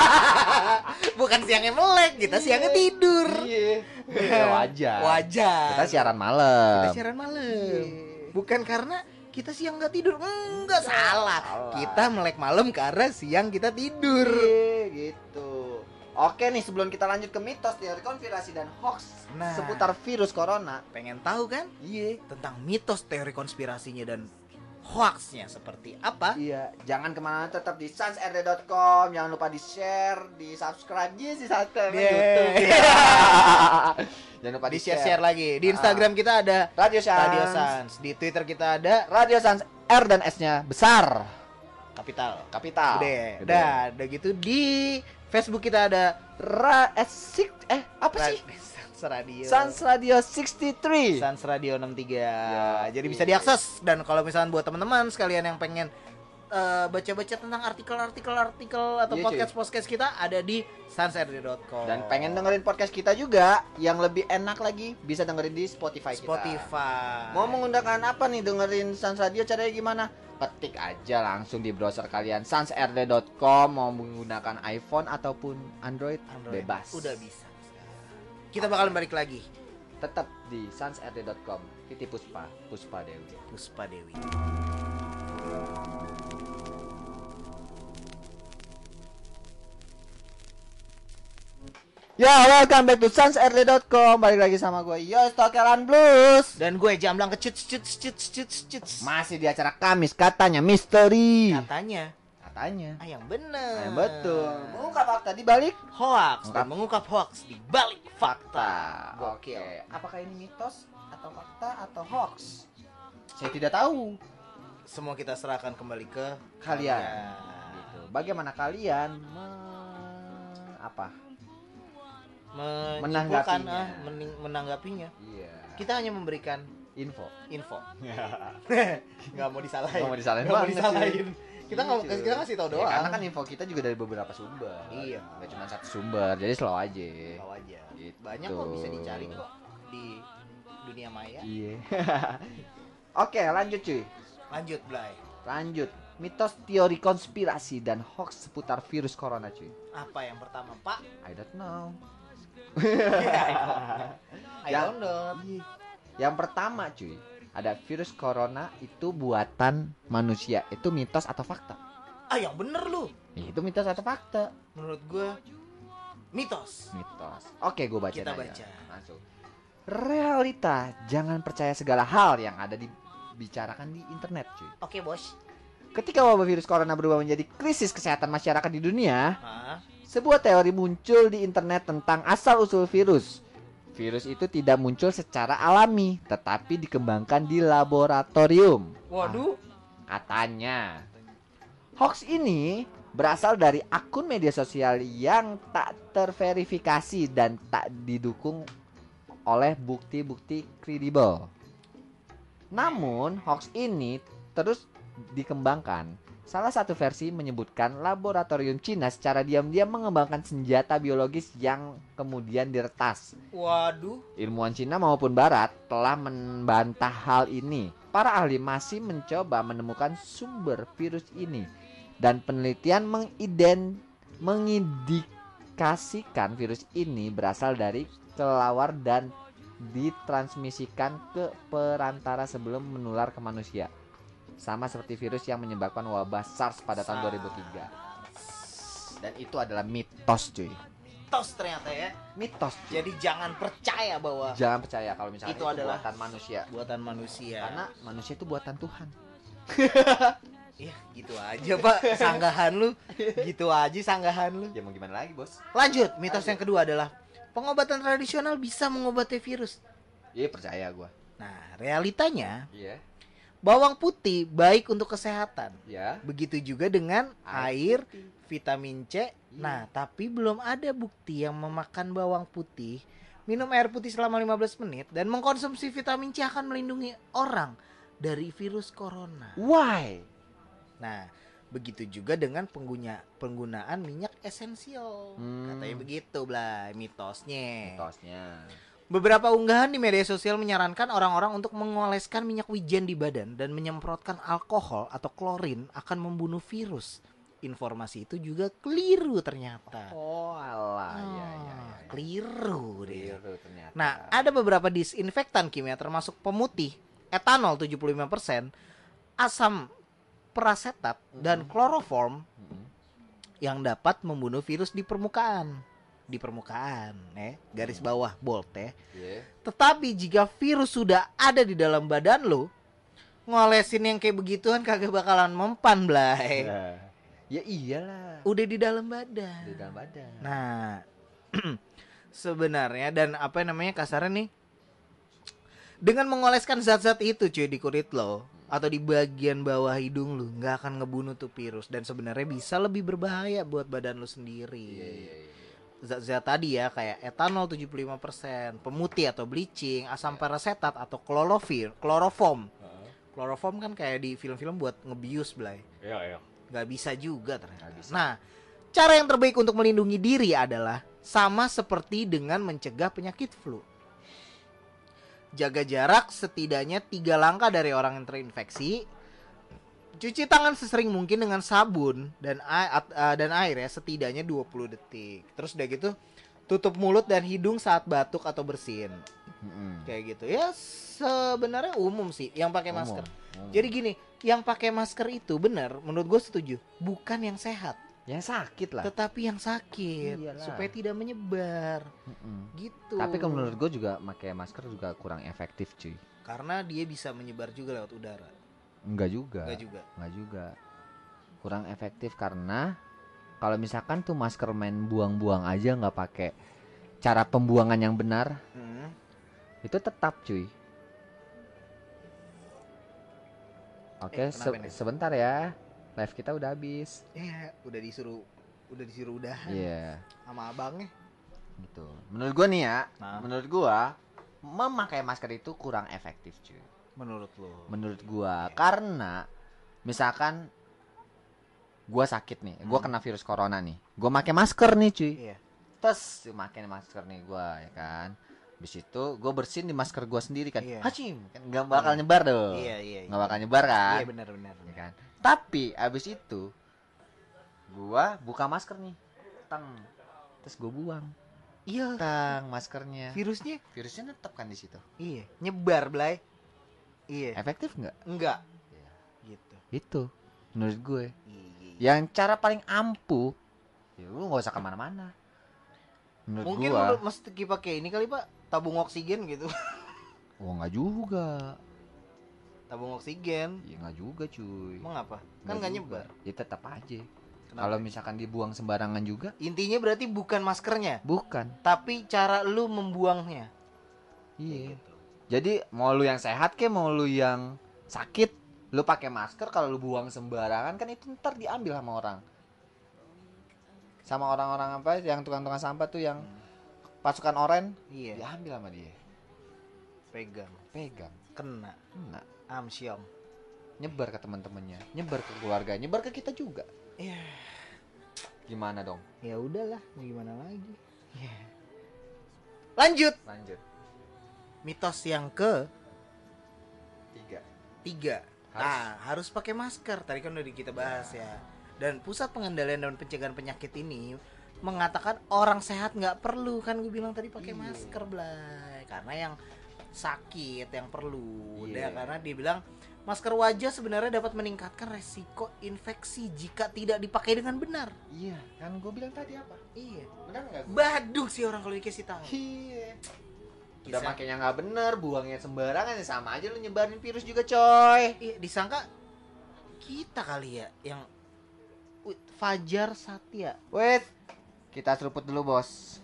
Bukan siangnya melek, kita siangnya tidur. Iya. Ya, wajar. Wajar. Kita siaran malam. Kita siaran malam. Bukan karena kita siang nggak tidur, enggak salah. Salah. Kita melek malam karena siang kita tidur. Iya, gitu. Oke nih, sebelum kita lanjut ke mitos, teori konspirasi dan hoax Nah. seputar virus corona. Pengen tahu kan? Iya. Tentang mitos teori konspirasinya dan hoaxnya seperti apa? Iya, jangan kemana-mana, tetap di sansrd.com. Jangan lupa di-share, di-subscribe. Yes, di-subscribe Yeay. YouTube. Jangan lupa Di share lagi. Di Instagram kita ada Radio Sans. Radio Sans. Di Twitter kita ada Radio Sans, R dan S-nya besar. Kapital. Kapital. Gede. Gede. Dah, udah gitu di Facebook kita ada Apa sih? Sans Radio. Sans Radio 63. Sans Radio 63. Ya, Jadi bisa diakses, dan kalau misalnya buat teman-teman sekalian yang pengen baca-baca tentang artikel atau Iya, cuy. podcast kita ada di sansrd.com. Dan pengen dengerin podcast kita juga yang lebih enak lagi, bisa dengerin di Spotify kita. Spotify. Mau menggunakan apa nih dengerin Sans Radio, caranya gimana? Ketik aja langsung di browser kalian sansrd.com. Mau menggunakan iPhone ataupun Android, bebas. Udah bisa. Kita bakalan balik lagi. Tetap di sansrd.com. Titi Puspa Dewi. Puspa Dewi. Ya, welcome back to sansrd.com. Balik lagi sama gue Yos Tokelan Blues. Dan gue Jamblang kecuts. Masih di acara Kamis, katanya misteri. Katanya Yang bener. betul. Mengungkap fakta di balik Hoax dan mengungkap hoax di balik fakta. Oke. Gokil. Apakah ini mitos atau fakta atau hoax? Saya tidak tahu. Semua kita serahkan kembali ke Kalian. Gitu. Bagaimana kalian menyimpulkan, Menanggapinya. menanggapinya. Iya. Kita hanya memberikan Info. nggak mau disalahin. Nggak mau disalahin Nggak mau banget, disalahin. Kita nggak Iya, kita kasih tahu Ya, doang. karena kan info kita juga dari beberapa sumber. Iya. Gak cuma satu sumber. Jadi slow aja. Tahu aja. Gitu. Banyak kok bisa dicari kok di dunia maya. Iya. Oke, lanjut cuy. Lanjut, Blay. Lanjut. Mitos teori konspirasi dan hoax seputar virus corona cuy. Apa yang pertama, Pak? I don't know. I don't know. Iya. Yang pertama cuy, ada virus corona itu buatan manusia. Itu mitos atau fakta? Yang bener lu. Itu mitos atau fakta? Menurut gua mitos. Mitos. Oke, gue baca. Kita aja. baca. Langsung. Realita, jangan percaya segala hal yang ada dibicarakan di internet cuy. Oke, Bos. Ketika wabah virus corona berubah menjadi krisis kesehatan masyarakat di dunia, Hah? sebuah teori muncul di internet tentang asal-usul virus. Virus itu tidak muncul secara alami, tetapi dikembangkan di laboratorium. Waduh. Katanya. Hoax ini berasal dari akun media sosial yang tak terverifikasi dan tak didukung oleh bukti-bukti kredibel. Namun, hoax ini terus dikembangkan. Salah satu versi menyebutkan laboratorium Cina secara diam-diam mengembangkan senjata biologis yang kemudian diretas. Waduh. Ilmuwan Cina maupun Barat telah membantah hal ini. Para ahli masih mencoba menemukan sumber virus ini, dan penelitian mengindikasikan virus ini berasal dari kelelawar dan ditransmisikan ke perantara sebelum menular ke manusia. Sama seperti virus yang menyebabkan wabah SARS pada tahun 2003. Dan itu adalah mitos cuy. Mitos ternyata ya. Mitos cuy. Jadi jangan percaya bahwa Jangan percaya kalau misalnya Itu itu adalah buatan manusia. buatan manusia. Karena manusia itu buatan Tuhan. Ya gitu aja, Pak. Sanggahan lu. Gitu aja sanggahan lu. Ya mau gimana lagi bos? Lanjut, mitos yang kedua adalah pengobatan tradisional bisa mengobati virus. Iya percaya gua. Nah, realitanya Iya. bawang putih baik untuk kesehatan. Ya. Begitu juga dengan air, putih. vitamin C. Nah, tapi belum ada bukti yang memakan bawang putih, minum air putih selama 15 menit dan mengkonsumsi vitamin C akan melindungi orang dari virus corona. Why? Nah, begitu juga dengan penggunaan minyak esensial. Katanya begitu, Blay, mitosnya. Mitosnya. Beberapa unggahan di media sosial menyarankan orang-orang untuk mengoleskan minyak wijen di badan dan menyemprotkan alkohol atau klorin akan membunuh virus. Informasi itu juga keliru ternyata. Oh alah, ya. Keliru deh. Keliru ternyata. Nah, ada beberapa disinfektan kimia termasuk pemutih, etanol 75%, asam perasetat dan kloroform yang dapat membunuh virus di permukaan. di permukaan, garis bawah bold ya. Iya. Tetapi jika virus sudah ada di dalam badan lo, ngolesin yang kayak begituan kagak bakalan mempan, Blay. Ya iyalah. Udah di dalam badan. Di dalam badan. Nah, sebenarnya dan apa namanya kasarnya nih, dengan mengoleskan zat-zat itu cuy di kulit lo atau di bagian bawah hidung lo, nggak akan ngebunuh tuh virus, dan sebenarnya bisa lebih berbahaya buat badan lo sendiri. Iya. Zat-zat tadi ya kayak etanol 75%, pemutih atau bleaching, asam parasetat atau kloroform. Kloroform kan kayak di film-film buat ngebius, Blay. Iya. Nggak bisa juga ternyata. Nggak bisa. Nah, cara yang terbaik untuk melindungi diri adalah sama seperti dengan mencegah penyakit flu. Jaga jarak setidaknya 3 langkah dari orang yang terinfeksi. Cuci tangan sesering mungkin dengan sabun dan air ya, setidaknya 20 detik. Terus udah gitu tutup mulut dan hidung saat batuk atau bersin. Kayak gitu. Ya sebenarnya umum sih yang pakai masker. Jadi gini, yang pakai masker itu benar, menurut gue setuju, bukan yang sehat, Yang sakit lah. tetapi yang sakit. Iyalah. Supaya tidak menyebar. Gitu. Tapi kalau menurut gue juga pakai masker juga kurang efektif cuy. Karena dia bisa menyebar juga lewat udara. Enggak juga. Enggak juga. Kurang efektif karena kalau misalkan tuh masker main buang-buang aja nggak pakai cara pembuangan yang benar, itu tetap cuy. Oke, kenapa nih? sebentar ya. Live kita udah habis. Udah disuruh udahan Iya. sama abangnya. Gitu. Menurut gua nih ya, Nah. menurut gua memakai masker itu kurang efektif cuy. Menurut lo? Menurut gua karena misalkan gua sakit nih, gua kena virus corona nih. Gua pakai masker nih cuy. Iya. Terus pakai masker nih gua ya kan. Habis itu gua bersihin di masker gua sendiri kan. Iya. Hacim, kan enggak bakal nyebar dong. Iya. Nggak bakal nyebar kan? Iya benar. Ya kan? Tapi abis itu gua buka masker nih. Terus gua buang. Iya. Maskernya. Virusnya? Virusnya tetap kan di situ. Iya. Nyebar, Blay. Iya. Efektif nggak? Enggak. Iya. Gitu. Itu menurut gue. Iya. Yang cara paling ampuh, ya lu nggak usah kemana-mana. Menurut Mungkin gua. lu mesti pakai ini kali Pak, tabung oksigen gitu. Oh nggak juga. Tabung oksigen. Ya nggak juga cuy. Emang apa? Kan nggak juga. nyebar. Ya tetap aja. Kenapa? Kalau misalkan dibuang sembarangan juga, Intinya berarti bukan maskernya, bukan. tapi cara lu membuangnya. Iya. Gitu. Jadi mau lu yang sehat ke mau lu yang sakit, lu pakai masker. Kalau lu buang sembarangan kan itu ntar diambil sama orang. Sama orang-orang apa yang tukang-tukang sampah tuh yang pasukan oren, Iya. diambil sama dia. Pegang. Kena. Nah, Amsyong. nyebar ke teman-temannya, nyebar ke keluarga, nyebar ke kita juga. Iya. Gimana dong? Ya udahlah, mau gimana lagi? Iya. Lanjut. Mitos yang ke 3. Harus pakai masker. Tadi kan udah kita bahas ya. Dan pusat pengendalian dan pencegahan penyakit ini mengatakan orang sehat nggak perlu, kan gue bilang tadi pakai masker, Blay. Karena yang sakit yang perlu. Iya. Karena dia bilang masker wajah sebenarnya dapat meningkatkan resiko infeksi jika tidak dipakai dengan benar. Iya, kan gue bilang tadi apa? Iya. Benar nggak? Badung sih orang kalau dikasih tahu. Iya. Udah Bisa. makainya nggak bener, buangnya sembarangan ya sama aja lu nyebarin virus juga coy. Iya, disangka kita kali ya yang Fajar Satya. Wait, kita seruput dulu bos.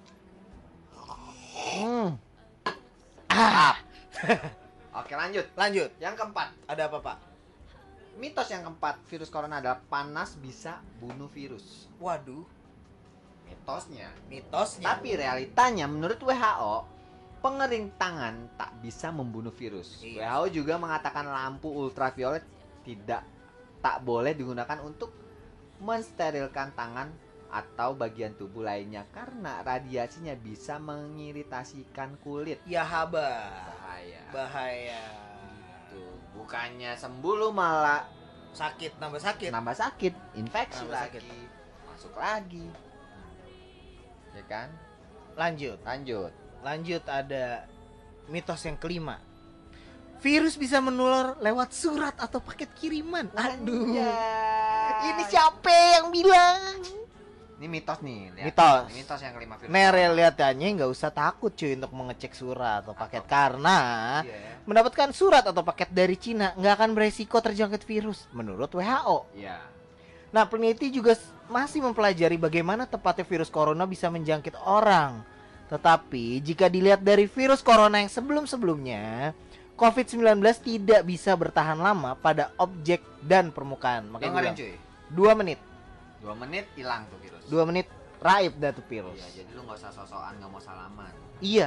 Oke lanjut. Lanjut. Yang keempat, Ada apa, Pak? mitos yang keempat, virus corona adalah panas bisa bunuh virus. Waduh, Mitosnya. mitosnya. Tapi realitanya menurut WHO, pengering tangan tak bisa membunuh virus. Iya. WHO juga mengatakan lampu ultraviolet tak boleh digunakan untuk mensterilkan tangan atau bagian tubuh lainnya karena radiasinya bisa mengiritasikan kulit. Ya haba. Bahaya. Bahaya. Tuh, bukannya sembuh lu malah Sakit, nambah sakit. nambah sakit, infeksi Nambah lagi, sakit. masuk lagi. Ya kan? Lanjut. Lanjut ada mitos yang kelima. Virus bisa menular lewat surat atau paket kiriman. Aduh. Anjay. Ini siapa yang bilang? Ini mitos nih, lihat. Mitos. Ini mitos yang kelima virus. Realitanya nggak usah takut cuy untuk mengecek surat atau paket karena Iya. mendapatkan surat atau paket dari Cina nggak akan beresiko terjangkit virus menurut WHO. Iya. Nah, peneliti juga masih mempelajari bagaimana tepatnya virus corona bisa menjangkit orang. Tetapi jika dilihat dari virus corona yang sebelum-sebelumnya, COVID-19 tidak bisa bertahan lama pada objek dan permukaan. Makanya gua Dengerin bilang, cuy. 2 menit. 2 menit hilang tuh virus. 2 menit raib dah tuh virus. Iya, jadi lu nggak usah sosokan nggak mau salaman. Iya.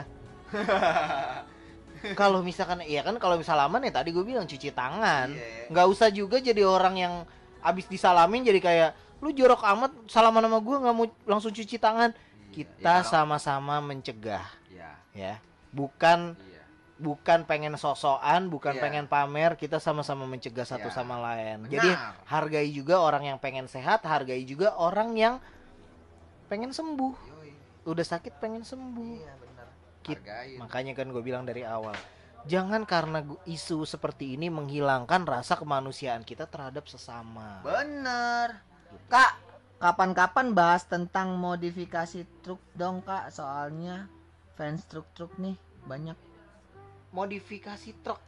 Kalau misalkan iya kan kalau salaman ya tadi gue bilang cuci tangan. Iya. Nggak usah juga jadi orang yang abis disalamin jadi kayak lu jorok amat salaman sama gue nggak mau langsung cuci tangan. Iya. Kita Ya, kalau- sama-sama mencegah Iya. ya. Bukan Iya. pengen sosokan, bukan Iya. pengen pamer, kita sama-sama mencegah satu Iya. sama lain. Benar. Jadi hargai juga orang yang pengen sehat, hargai juga orang yang pengen sembuh. Yoi. Udah sakit pengen sembuh. Iya, benar. Kit- Hargain. Makanya kan gue bilang dari awal, jangan karena isu seperti ini menghilangkan rasa kemanusiaan kita terhadap sesama. Bener. Kak, kapan-kapan bahas tentang modifikasi truk dong, Kak. Soalnya fans truk-truk nih banyak. Modifikasi truk.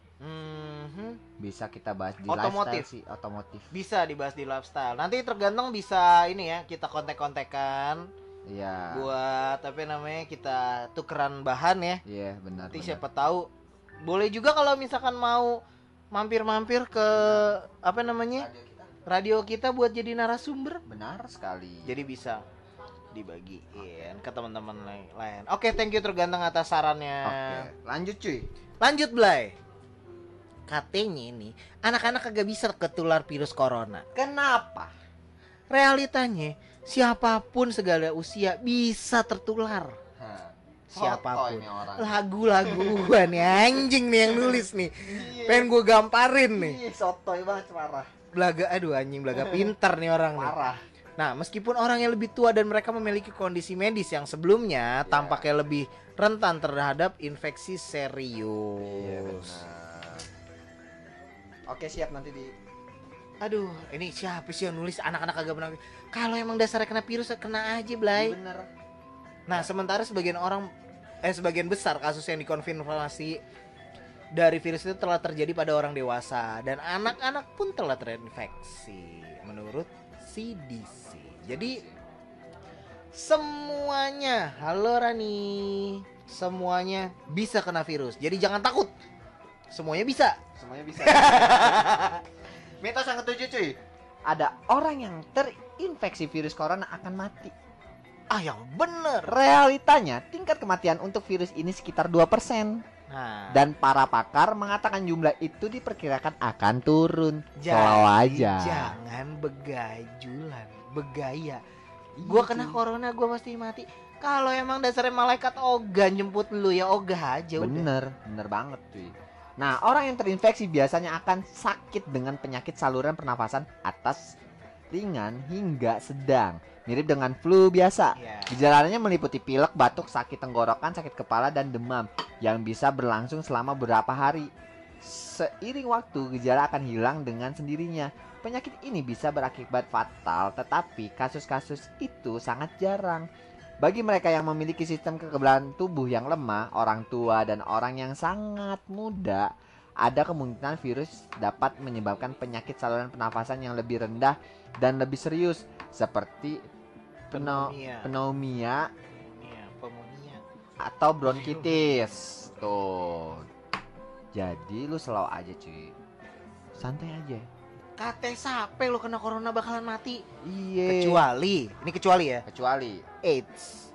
Mhm. Bisa kita bahas di Otomotif. lifestyle sih, otomotif. Bisa dibahas di lifestyle. Nanti tergantung bisa ini ya, kita kontek-kontekan Iya. buat apa namanya kita tukeran bahan ya. Iya, benar. Nanti benar. siapa tahu boleh juga kalau misalkan mau mampir-mampir ke apa namanya Radio kita. radio kita buat jadi narasumber. Benar sekali. Jadi bisa dibagiin ke teman-teman lain. Oke, thank you tergantung atas sarannya. Oke, lanjut cuy. Lanjut, Blay. Katanya ini anak-anak kagak bisa ketular virus corona. Kenapa? Realitanya siapapun segala usia bisa tertular. Hah. Siapapun. Sotoy nih orang. Lagu-lagu gua nih anjing nih yang nulis nih. Pengen gua gamparin nih. Ih, sotoy banget parah. Belaga aduh anjing belaga pintar nih orang nih. Parah. Nah, meskipun orang yang lebih tua dan mereka memiliki kondisi medis yang sebelumnya tampaknya lebih rentan terhadap infeksi serius. Iya, benar. Oke, siap nanti di Aduh, ini siapa sih yang nulis anak-anak kagak pernah. Kalau emang dasarnya kena virus kena aja, Blay. bener. Nah, sementara sebagian besar kasus yang dikonfirmasi dari virus itu telah terjadi pada orang dewasa dan anak-anak pun telah terinfeksi menurut CDC. Jadi semuanya, halo Rani, semuanya bisa kena virus. Jadi jangan takut. Semuanya bisa. Semuanya bisa. Mitos yang ketujuh cuy. Ada orang yang terinfeksi virus corona akan mati. Ah, yang bener. Realitanya tingkat kematian untuk virus ini sekitar 2%. Nah, Dan para pakar mengatakan jumlah itu diperkirakan akan turun. jadi Slow aja. jangan begajulan, begaya. Gua kena corona, gua pasti mati. Kalau emang dasarnya malaikat ogah jemput lu ya ogah aja udah. Bener banget cuy. Nah, orang yang terinfeksi biasanya akan sakit dengan penyakit saluran pernafasan atas, ringan hingga sedang. Mirip dengan flu biasa. Iya. Gejalanya meliputi pilek, batuk, sakit tenggorokan, sakit kepala, dan demam yang bisa berlangsung selama beberapa hari. Seiring waktu, gejala akan hilang dengan sendirinya. Penyakit ini bisa berakibat fatal, tetapi kasus-kasus itu sangat jarang. Bagi mereka yang memiliki sistem kekebalan tubuh yang lemah, orang tua, dan orang yang sangat muda, ada kemungkinan virus dapat menyebabkan penyakit saluran pernafasan yang lebih rendah dan lebih serius, seperti pneumonia Iya, pneumonia. atau bronkitis. Tuh. Jadi lu slow aja cuy. Santai aja. Kate sape lu kena corona bakalan mati. Iya. Kecuali ya, Kecuali AIDS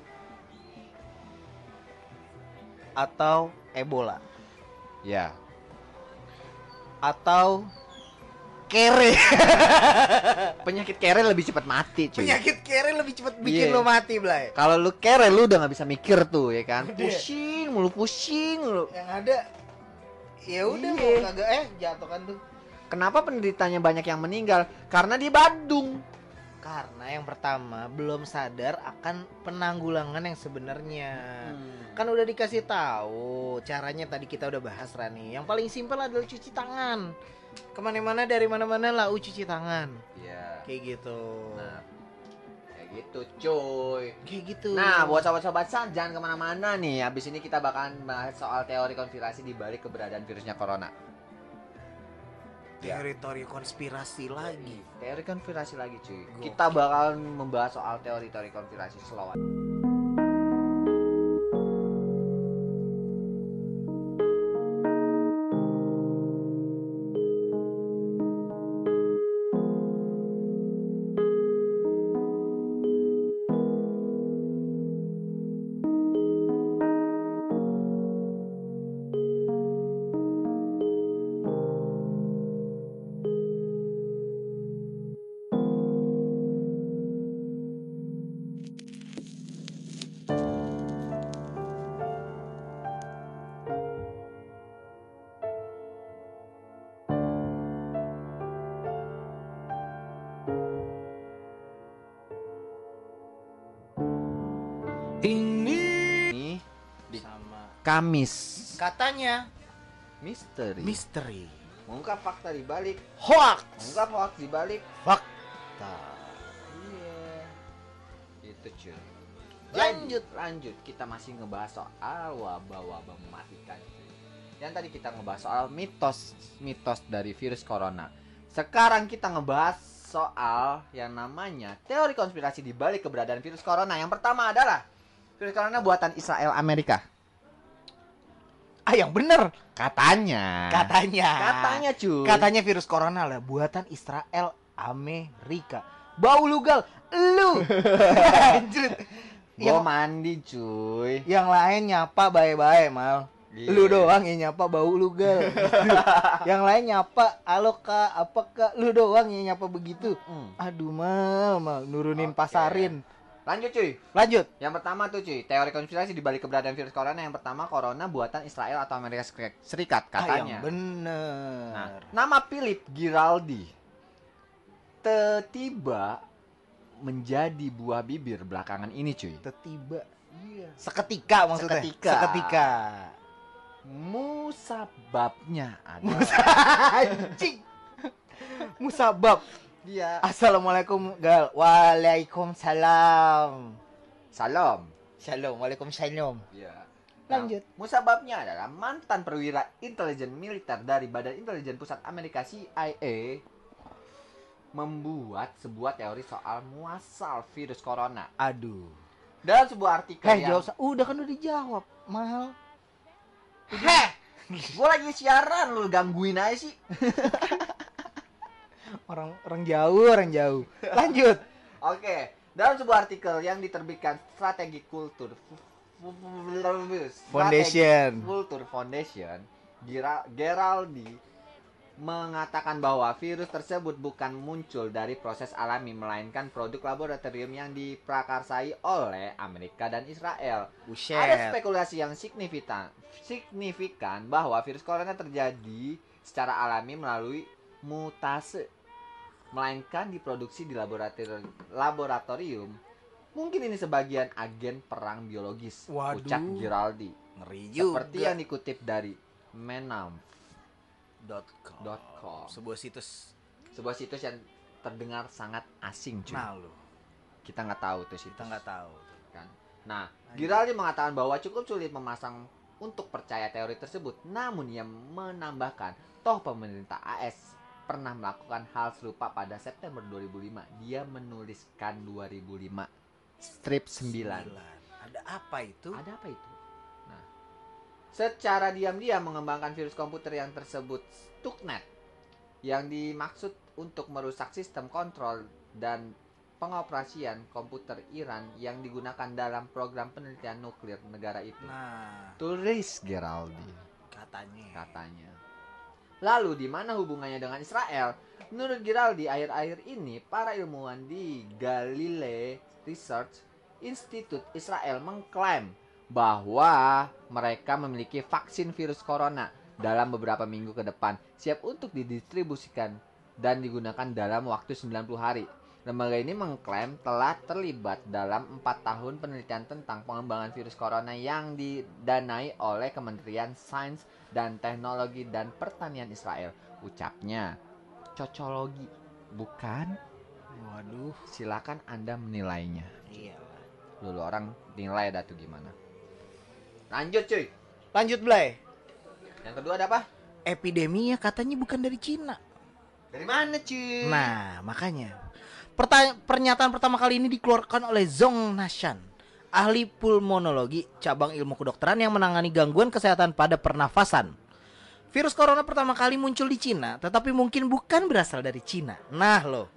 atau Ebola ya. atau kere. Penyakit kere lebih cepat mati cuy. Penyakit kere lebih cepat bikin Iya. lo mati, Blay. Kalau lu kere lu udah nggak bisa mikir tuh ya kan. Udah. Pusing mulu. Yang ada ya udah Iya. mau kagak jatuh kan tuh. Kenapa penderitanya banyak yang meninggal? Karena di Bandung. Karena yang pertama belum sadar akan penanggulangan yang sebenarnya. Kan udah dikasih tahu caranya tadi kita udah bahas Rani. Yang paling simpel adalah cuci tangan. Kemana-mana dari mana-mana lah cuci tangan. Iya. Kayak gitu. Nah, kayak Kayak gitu cuy. Kayak gitu. Nah, buat sobat-sobat San, jangan kemana-mana nih. Habis ini kita bakalan bahas soal teori konspirasi di balik keberadaan virusnya corona. teori konspirasi lagi. Teori konspirasi lagi cuy. Gokil. Kita bakalan membahas soal teori-teori konspirasi slow. Ini di Sama Kamis katanya misteri. Mengungkap fakta di balik hoax. mengungkap hoax di balik Fakta. Iya. Itu cuy. Lanjut kita masih ngebahas soal wabah-wabah mematikan. Yang tadi kita ngebahas soal mitos dari virus corona. Sekarang kita ngebahas soal yang namanya teori konspirasi di balik keberadaan virus corona. Yang pertama adalah virus corona buatan Israel Amerika. Yang bener. Katanya cuy. Katanya virus corona lah buatan Israel Amerika. Bau lugal lu. Lanjut. Gua mandi cuy. Yang lain nyapa baik-baik mal. Iya. Lu doang yang nyapa bau lugal. Gitu. Yang lain nyapa halo kak apa kak. Lu doang yang nyapa begitu. Aduh mal nurunin Oke. pasarin. Lanjut cuy. Lanjut. Yang pertama tuh cuy, teori konspirasi di balik keberadaan virus corona. Yang pertama, corona buatan Israel atau Amerika Serikat katanya. Yang bener. Nah, nama Philip Giraldi tiba menjadi buah bibir belakangan ini cuy. Tiba. Iya. Seketika maksudnya. Seketika. Musababnya ada. Anjing. Musabab. Dia Assalamualaikum gal. Waalaikumsalam. Salam. Shalom. Waalaikumsalam. Ya. Lanjut. Musababnya adalah mantan perwira intelijen militer dari Badan Intelijen Pusat Amerika CIA membuat sebuah teori soal muasal virus corona. Aduh. Dalam sebuah artikel yang Jawab. Udah kan udah dijawab. Mahal. Gue lagi siaran, lu gangguin aja sih. Orang jauh. Lanjut. Oke, dalam sebuah artikel yang diterbitkan Strategi Kultur Foundation, Geraldi mengatakan bahwa virus tersebut bukan muncul dari proses alami melainkan produk laboratorium yang diprakarsai oleh Amerika dan Israel. Buset. Ada spekulasi yang signifikan bahwa virus corona terjadi secara alami melalui mutase, melainkan diproduksi di laboratorium. Mungkin ini sebagian agen perang biologis. Waduh. Ucap Giraldi. Ngeri juga. Seperti yang dikutip dari menam.com. Sebuah situs. yang terdengar sangat asing cuy. Nah lu. Kita nggak tahu tuh situs. Kita nggak tahu. Kan. Nah, Giraldi mengatakan bahwa cukup sulit memasang untuk percaya teori tersebut. Namun ia menambahkan, toh pemerintah AS pernah melakukan hal serupa pada September 2005. Dia menuliskan 2005 strip 9. Ada apa itu? Ada apa itu? Nah, secara diam-diam mengembangkan virus komputer yang tersebut Stuxnet, yang dimaksud untuk merusak sistem kontrol dan pengoperasian komputer Iran yang digunakan dalam program penelitian nuklir negara itu. Nah, Tulis Geraldi katanya. Lalu di mana hubungannya dengan Israel? Menurut Giraldi, akhir-akhir ini para ilmuwan di Galilei Research Institute Israel mengklaim bahwa mereka memiliki vaksin virus corona dalam beberapa minggu ke depan, siap untuk didistribusikan dan digunakan dalam waktu 90 hari. Lembaga ini mengklaim telah terlibat dalam 4 tahun penelitian tentang pengembangan virus corona yang didanai oleh Kementerian Sains dan Teknologi dan Pertanian Israel. Ucapnya, cocologi, bukan? Waduh. Silakan Anda menilainya. Iya. Dulu orang nilai dah tuh gimana. Lanjut cuy. Lanjut Blay. Yang kedua ada apa? Epideminya katanya bukan dari Cina. Dari mana cuy? Nah, makanya pernyataan pertama kali ini dikeluarkan oleh Zhong Nashan, ahli pulmonologi cabang ilmu kedokteran yang menangani gangguan kesehatan pada pernafasan. Virus corona pertama kali muncul di Cina, tetapi mungkin bukan berasal dari Cina. Nah loh,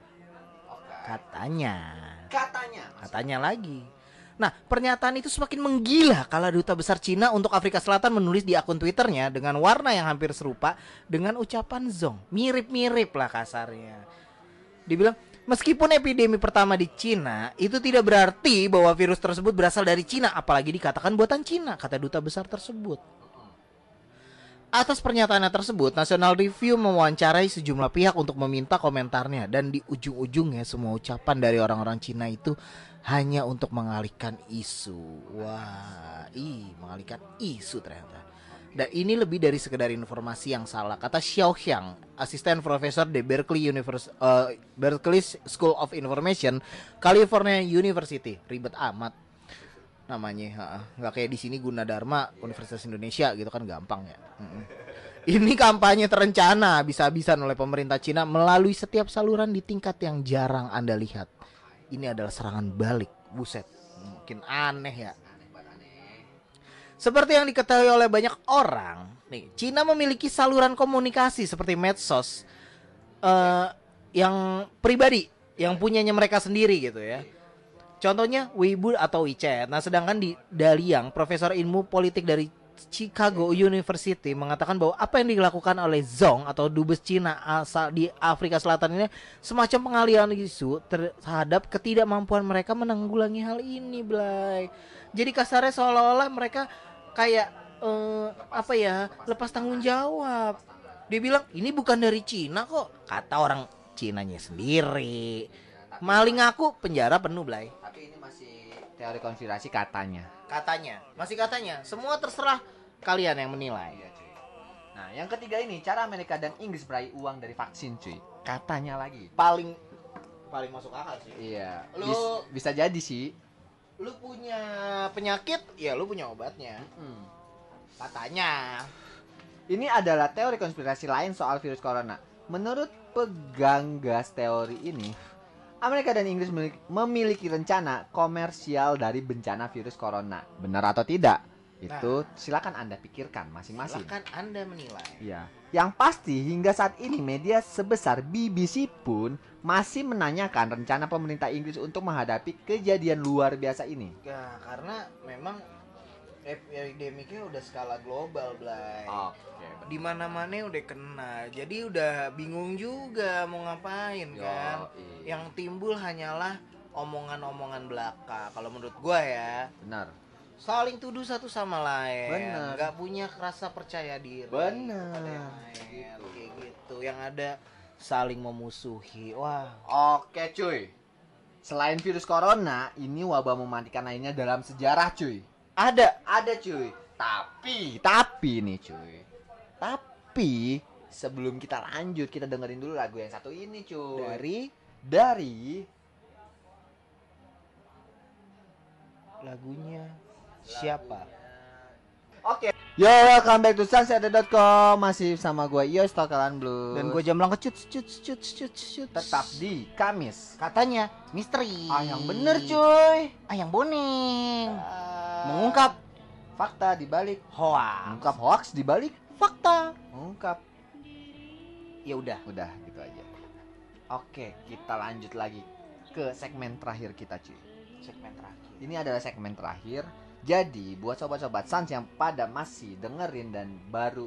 katanya lagi. Nah, pernyataan itu semakin menggila kala duta besar Cina untuk Afrika Selatan menulis di akun Twitternya dengan warna yang hampir serupa dengan ucapan Zhong. Mirip-mirip lah kasarnya. Dibilang, meskipun epidemi pertama di Cina, itu tidak berarti bahwa virus tersebut berasal dari Cina, apalagi dikatakan buatan Cina, kata duta besar tersebut. Atas pernyataannya tersebut, National Review mewawancarai sejumlah pihak untuk meminta komentarnya, dan di ujung-ujungnya semua ucapan dari orang-orang Cina itu hanya untuk mengalihkan isu. Wah, mengalihkan isu ternyata. Dan ini lebih dari sekedar informasi yang salah, kata Xiao Xiang, asisten profesor di Berkeley School of Information, California University. Ribet amat namanya, nggak kayak di sini Gunadarma Universitas Indonesia gitu kan, gampang ya. Ini kampanye terencana habis-habisan oleh pemerintah Cina melalui setiap saluran di tingkat yang jarang Anda lihat. Ini adalah serangan balik, buset, mungkin aneh ya. Seperti yang diketahui oleh banyak orang, nih, Cina memiliki saluran komunikasi seperti medsos yang pribadi, yang punyanya mereka sendiri gitu ya. Contohnya Weibo atau WeChat. Nah, sedangkan di Daliang, profesor ilmu politik dari Chicago University mengatakan bahwa apa yang dilakukan oleh Zhong atau dubes Cina asal di Afrika Selatan ini semacam pengalihan isu terhadap ketidakmampuan mereka menanggulangi hal ini, Blay. Jadi kasarnya seolah-olah mereka kayak lepas tanggung jawab. Dia bilang ini bukan dari Cina kok, kata orang Cinanya sendiri. Maling aku penjara penuh, Blay. Tapi ini masih teori konspirasi katanya. Masih katanya. Semua terserah kalian yang menilai. Iya, cuy. Nah, yang ketiga ini cara Amerika dan Inggris meraih uang dari vaksin, cuy. Katanya lagi. Paling masuk akal sih. Iya. Lu bisa jadi sih. Lu punya penyakit, ya lu punya obatnya. Katanya. Ini adalah teori konspirasi lain soal virus corona. Menurut penggagas teori ini, Amerika dan Inggris memiliki rencana komersial dari bencana virus corona. Benar atau tidak? Itu silakan Anda pikirkan masing-masing. Silakan Anda menilai. Ya. Yang pasti hingga saat ini media sebesar BBC pun masih menanyakan rencana pemerintah Inggris untuk menghadapi kejadian luar biasa ini. Ya, karena memang epidemiknya udah skala global, Blay. Di mana-mana udah kena. Jadi udah bingung juga mau ngapain kan. Yang timbul hanyalah omongan-omongan belaka. Kalau menurut gua ya. Benar. Saling tuduh satu sama lain. Benar. Gak punya rasa percaya diri. Benar. Ada yang lain kayak gitu. Yang ada saling memusuhi. Wah. Oke, cuy. Selain virus corona, ini wabah mematikan lainnya dalam sejarah, cuy. Ada cuy. Tapi nih cuy. Tapi sebelum kita lanjut, kita dengerin dulu lagu yang satu ini cuy. Dari lagunya siapa? Oke. Yo, welcome back to sunset.com. Masih sama gue Yos Tokalan Blues. Dan gue Jamblang kecut. Tetap di Kamis. Katanya misteri. Yang bener cuy. Yang boning. Mengungkap fakta di balik hoax. Mengungkap hoax di balik fakta. Mengungkap. Ya udah gitu aja. Oke, kita lanjut lagi ke segmen terakhir kita, cuy. Segmen terakhir. Ini adalah segmen terakhir. Jadi, buat sobat-sobat Sans yang pada masih dengerin dan baru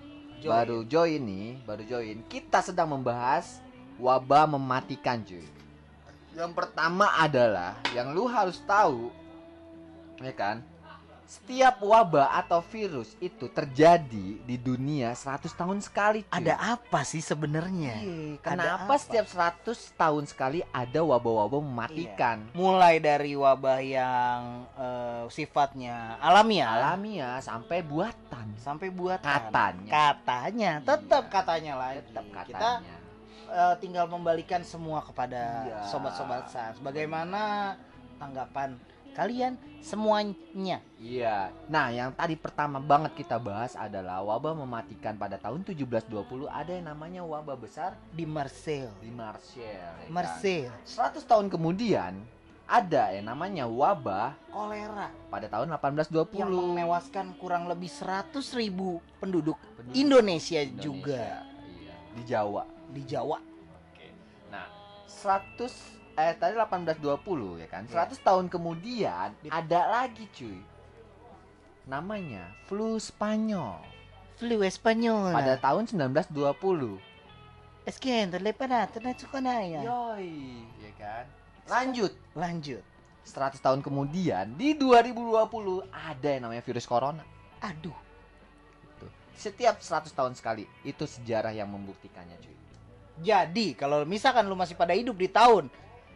join, kita sedang membahas wabah mematikan, cuy. Yang pertama adalah yang lu harus tahu, ya kan? Setiap wabah atau virus itu terjadi di dunia 100 tahun sekali, cuy. Ada apa sih sebenarnya? Kenapa setiap 100 tahun sekali ada wabah-wabah mematikan? Mulai dari wabah yang sifatnya alamiah sampai buatan. Katanya. Tetap katanya lagi. Tetap katanya. tinggal membalikan semua kepada Iya. sobat-sobat Sans. Bagaimana tanggapan kalian semuanya? Iya. Nah, yang tadi pertama banget kita bahas adalah wabah mematikan pada tahun 1720. Ada yang namanya wabah besar Di Marseille. di Marseille. Ya kan? Marseille. 100 tahun kemudian ada yang namanya wabah Kolera pada tahun 1820 yang menewaskan kurang lebih 100.000 penduduk Penduduk Indonesia Indonesia. juga Iya, di Jawa. di Jawa. Nah, 100 tadi 1820 ya kan. Iya. 100 tahun kemudian ada lagi cuy. Namanya flu Spanyol Flu Espanyol. pada tahun 1920. Es que le para ya. Yoi, ya kan. Lanjut. Lanjut. 100 tahun kemudian di 2020 ada yang namanya virus corona. Aduh. Tuh. Setiap 100 tahun sekali. Itu sejarah yang membuktikannya cuy. Jadi kalau misalkan lu masih pada hidup di tahun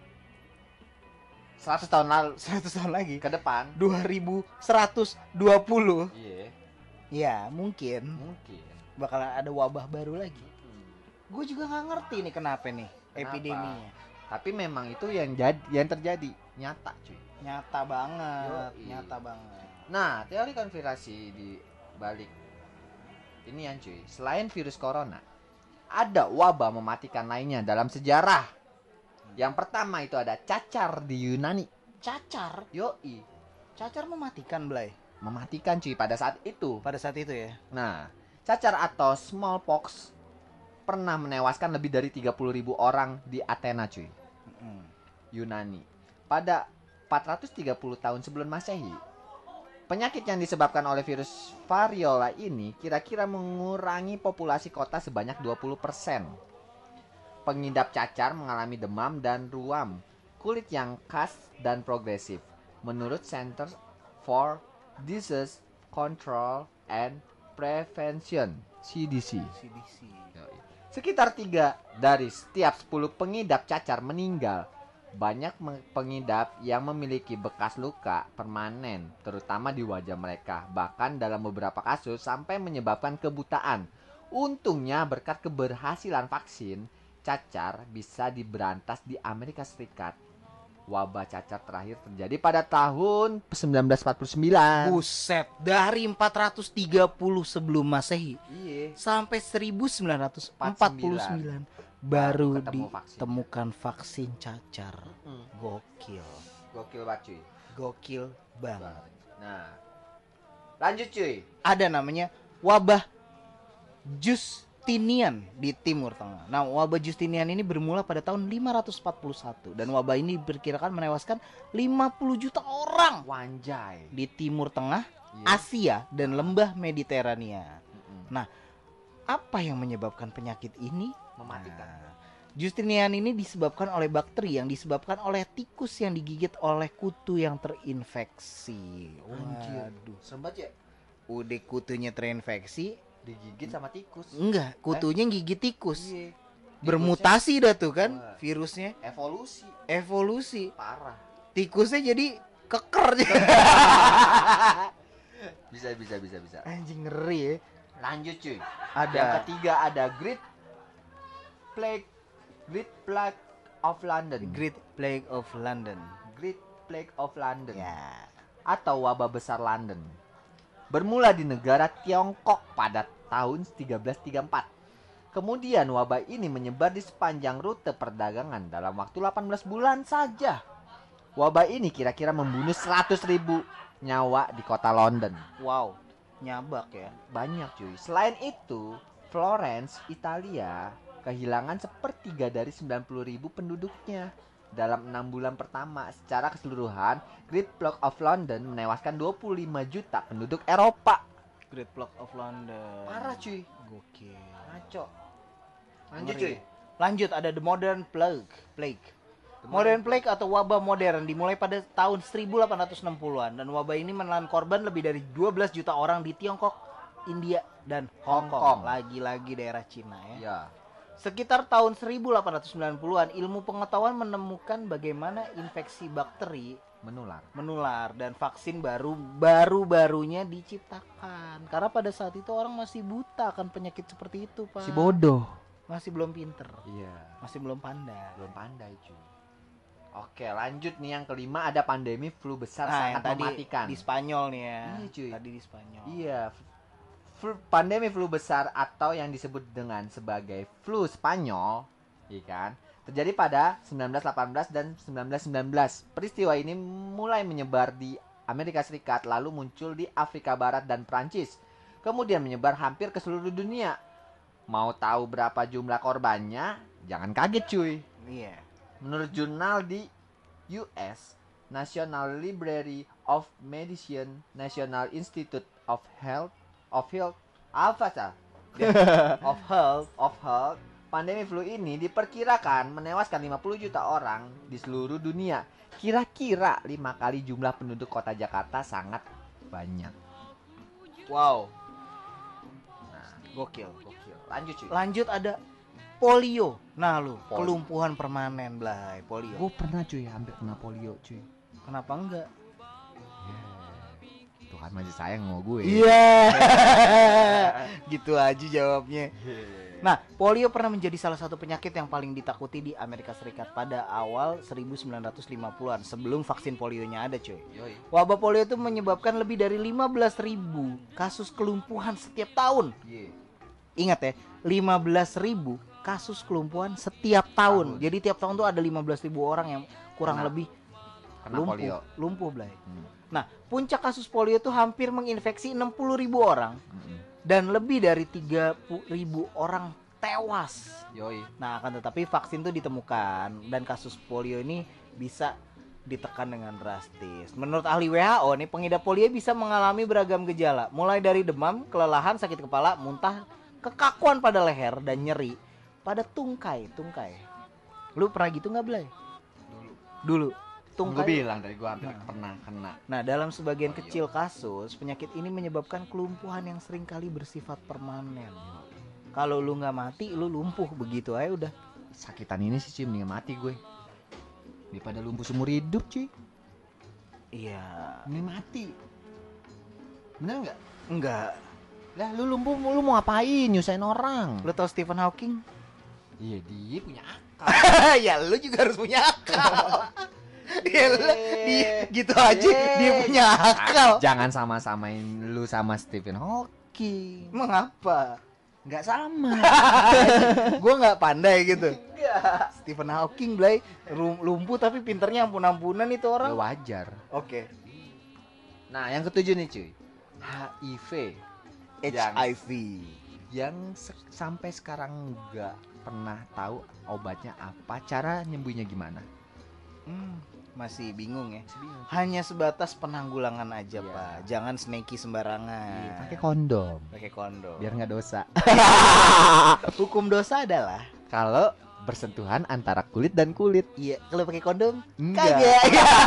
100 tahun lalu 100 tahun lagi ke depan. 2120, Iya, ya mungkin mungkin. bakal ada wabah baru lagi. Gue juga nggak ngerti nih kenapa nih epideminya. Tapi memang itu yang terjadi nyata cuy. Nyata banget, Yoi. nyata banget. Nah, teori konspirasi di balik ini yang cuy. Selain virus corona, ada wabah mematikan lainnya dalam sejarah. Yang pertama itu ada cacar di Yunani. Cacar, Yoi, cacar mematikan, Blay. mematikan cuy pada saat itu. Pada saat itu ya. Nah, cacar atau smallpox pernah menewaskan lebih dari 30.000 orang di Athena cuy, Yunani. Pada 430 tahun sebelum Masehi, penyakit yang disebabkan oleh virus variola ini kira-kira mengurangi populasi kota sebanyak 20%. Pengidap cacar mengalami demam dan ruam kulit yang khas dan progresif, menurut Center for Disease Control and Prevention (CDC). CDC. Sekitar 3 dari setiap 10 pengidap cacar meninggal. Banyak pengidap yang memiliki bekas luka permanen, terutama di wajah mereka. Bahkan dalam beberapa kasus sampai menyebabkan kebutaan. Untungnya berkat keberhasilan vaksin, cacar bisa diberantas di Amerika Serikat. Wabah cacar terakhir terjadi pada tahun 1949. Buset, dari 430 sebelum Masehi Iya. sampai 1949 baru ketemu vaksin. ditemukan vaksin cacar. Gokil. Gokil banget cuy. Gokil banget. Nah, lanjut cuy. Ada namanya wabah Justinian di Timur Tengah. Nah, wabah Justinian ini bermula pada tahun 541 dan wabah ini diperkirakan menewaskan 50 juta orang Wanjay. di Timur Tengah, Iya. Asia dan lembah Mediterania. Nah, apa yang menyebabkan penyakit ini? Mematikan. Nah, Justinian ini disebabkan oleh bakteri yang disebabkan oleh tikus yang digigit oleh kutu yang terinfeksi. Anjir. Waduh. Serem banget ya. Udah kutunya terinfeksi, Digigit sama tikus. enggak, kutunya gigit tikus. Iya. Bermutasi dah tuh kan Wah. virusnya. Evolusi Evolusi. parah. Tikusnya jadi keker. Bisa. Anjing, ngeri ya. Lanjut cuy. Ada. Yang ketiga ada Great Plague of London. Great Plague of London. Great Plague of London. Ya. Atau wabah besar London. Bermula di negara Tiongkok pada tahun 1334. Kemudian wabah ini menyebar di sepanjang rute perdagangan dalam waktu 18 bulan saja. Wabah ini kira-kira membunuh 100.000 nyawa di kota London. Wow, nyabak ya. Banyak cuy. Selain itu, Florence, Italia kehilangan 1/3 dari 90.000 penduduknya. Dalam 6 bulan pertama, secara keseluruhan, Great Plague of London menewaskan 25 juta penduduk Eropa. Great Plague of London. Parah cuy. Gokil. Ngaco. Lanjut Ngeri. cuy. Lanjut, ada the Modern Plague. Modern Plague atau wabah modern dimulai pada tahun 1860-an dan wabah ini menelan korban lebih dari 12 juta orang di Tiongkok, India dan Hong Hong Kong. Kong. Lagi-lagi daerah Cina ya. Ya. Sekitar tahun 1890-an, ilmu pengetahuan menemukan bagaimana infeksi bakteri menular dan vaksin baru-barunya diciptakan. Karena pada saat itu orang masih buta akan penyakit seperti itu, Pak. Si bodoh. masih belum pinter, Iya. masih belum pandai. Belum pandai cuy. Oke, lanjut nih yang kelima, ada pandemi flu besar Nah, sangat yang tadi mematikan. di Spanyol nih ya. Iya, cuy. Tadi di Spanyol. Iya, pandemi flu besar atau yang disebut dengan sebagai flu Spanyol, iya kan? Terjadi pada 1918 dan 1919. Peristiwa ini mulai menyebar di Amerika Serikat, lalu muncul di Afrika Barat dan Prancis. Kemudian menyebar hampir ke seluruh dunia. Mau tahu berapa jumlah korbannya? Jangan kaget cuy. Iya. Menurut jurnal di US, National Library of Medicine, National Institute of Health, Of health. pandemi flu ini diperkirakan menewaskan 50 juta orang di seluruh dunia. Kira-kira 5 kali jumlah penduduk kota Jakarta, sangat banyak. Wow. Nah, Gokil. lanjut cuy. Lanjut ada polio. Nah lu, Polio. kelumpuhan permanen, Blay, polio. Gue pernah cuy, hampir kena polio cuy. Kenapa enggak? Tuhan masih sayang sama gue. Iya. Gitu aja jawabnya. Nah, polio pernah menjadi salah satu penyakit yang paling ditakuti di Amerika Serikat pada awal 1950-an, sebelum vaksin polionya ada, coy. Yoi. Wabah polio itu menyebabkan lebih dari 15.000 kasus kelumpuhan setiap tahun. Yeah. Ingat ya, 15.000 kasus kelumpuhan setiap tahun. Jadi tiap tahun tuh ada 15.000 orang yang kurang lebih Kena polio. lumpuh, Blay. Hmm. Nah, puncak kasus polio itu hampir menginfeksi 60.000 orang dan lebih dari 30.000 orang tewas. Yoi. Nah, akan tetapi vaksin tuh ditemukan dan kasus polio ini bisa ditekan dengan drastis. Menurut ahli WHO nih, pengidap polio bisa mengalami beragam gejala, mulai dari demam, kelelahan, sakit kepala, muntah, kekakuan pada leher dan nyeri pada tungkai. Lu pernah gitu nggak, Blay? Dulu. Gue Tungkai. bilang tadi gue hampir pernah kena. Nah, dalam sebagian kecil kasus, penyakit ini menyebabkan kelumpuhan yang seringkali bersifat permanen. Kalau lu nggak mati, lu lumpuh begitu aja udah. Sakitan ini sih cuy, mendingan mati gue daripada lumpuh seumur hidup cuy. Iya. Mending mati. Bener nggak? Enggak. Lah lu lumpuh, lu mau ngapain? Nyusahin orang. Lu tau Stephen Hawking? Iya, dia punya akal. Ya lu juga harus punya akal. Ya dia gitu aja dia punya akal. Jangan sama-samain lu sama Stephen Hawking. Mengapa? Nggak sama. Gue nggak pandai gitu. Stephen Hawking, Blay, lumpuh tapi pinternya ampun-ampunan itu Ya orang. wajar. Oke. Nah, yang ketujuh nih cuy, HIV. HIV. Yang sampai sekarang nggak pernah tahu obatnya apa, cara nyembuhnya gimana. Masih bingung ya. Hanya sebatas penanggulangan aja, Iya. Pak. Jangan snaky sembarangan. Pakai kondom Pakai kondom. biar nggak dosa. Hukum dosa adalah Kalau bersentuhan antara kulit dan kulit. iya, kalau pakai kondom Enggak. kagak.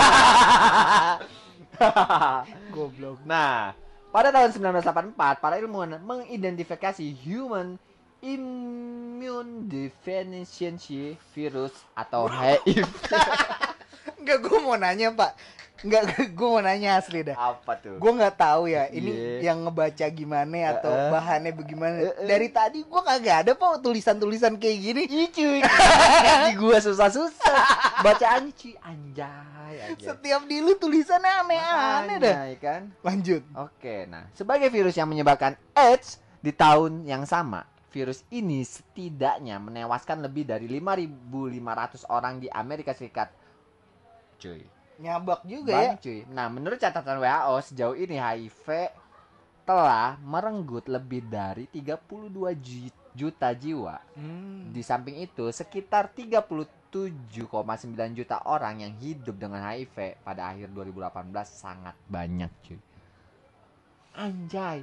Goblok. Nah, pada tahun 1984 para ilmuwan mengidentifikasi human immune deficiency virus atau HIV. Enggak, gue mau nanya, Pak. Enggak, gue mau nanya asli dah. Apa tuh? Gue nggak tahu ya ini Iya. yang ngebaca gimana atau bahannya bagaimana. Dari tadi gue kagak ada, Pak, tulisan-tulisan kayak gini. Ih cuy, di gua susah-susah bacaannya cuy, anjay. Setiap di lu tulisannya aneh-aneh dah. Makanya, ya kan? Lanjut. Oke, nah sebagai virus yang menyebabkan AIDS di tahun yang sama, virus ini setidaknya menewaskan lebih dari 5.500 orang di Amerika Serikat. Cuy, Nyabak juga ya. banyak cuy. Nah, menurut catatan WHO sejauh ini HIV telah merenggut lebih dari 32 juta jiwa. Di samping itu, sekitar 37,9 juta orang yang hidup dengan HIV pada akhir 2018, sangat banyak cuy. Anjay,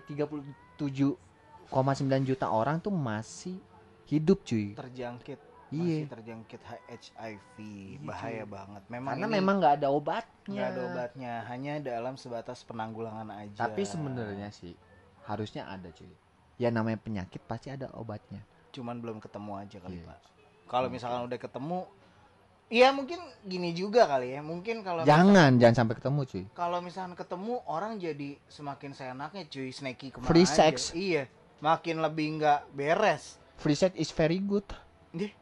37,9 juta orang tuh masih hidup cuy. Terjangkit. Iya. Masih terjangkit HIV. Iya, Bahaya cuy. banget. Memang Karena ini memang nggak ada obatnya. nggak ada obatnya, hanya dalam sebatas penanggulangan aja. Tapi sebenarnya sih harusnya ada cuy. Ya namanya penyakit pasti ada obatnya. cuman belum ketemu aja kali, Iya. Pak. Kalau misalkan udah ketemu, iya mungkin gini juga kali ya. Mungkin kalau Jangan sampai ketemu cuy. kalau misalkan ketemu orang jadi semakin seenaknya cuy, snacky kemana Free aja. sex. Iya, makin lebih nggak beres. Free sex is very good. Nggih.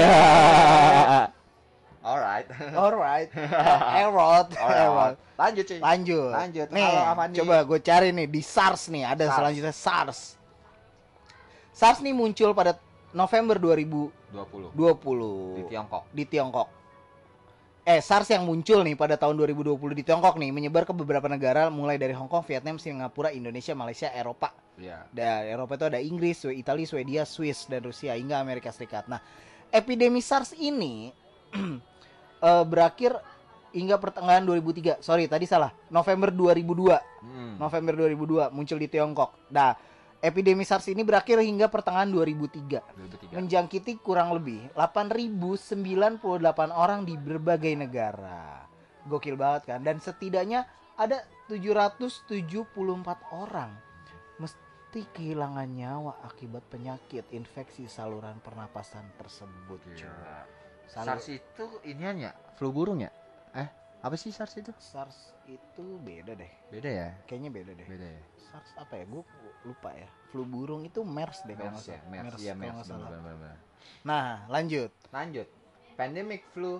Alright. Alright. Errot. Lanjut cuy. Lanjut. Nih, Halo Avandi. coba gue cari nih di SARS nih, ada SARS. selanjutnya SARS. SARS nih muncul pada November 2020 di Tiongkok. di Tiongkok. SARS yang muncul nih pada tahun 2020 di Tiongkok nih menyebar ke beberapa negara mulai dari Hong Kong, Vietnam, Singapura, Indonesia, Malaysia, Eropa. Iya. Dan Eropa itu ada Inggris, Italia, Swedia, Swiss, dan Rusia hingga Amerika Serikat. Nah, epidemi SARS ini berakhir hingga pertengahan 2003. Sorry, tadi salah. November 2002. November 2002 muncul di Tiongkok. Nah, epidemi SARS ini berakhir hingga pertengahan 2003. Menjangkiti kurang lebih 8.098 orang di berbagai negara. Gokil banget kan? Dan setidaknya ada 774 orang mesti kehilangan nyawa akibat penyakit infeksi saluran pernapasan tersebut. Gila. SARS itu iniannya flu burung ya? Apa sih SARS itu? SARS itu beda deh. Beda ya? Kayaknya beda deh. Beda ya? SARS apa ya? Gue lupa ya. Flu burung itu MERS deh kalau nggak MERS ya? salah. MERS. Iya, kalau MERS. nggak salah. Benar. Nah, lanjut. Pandemic flu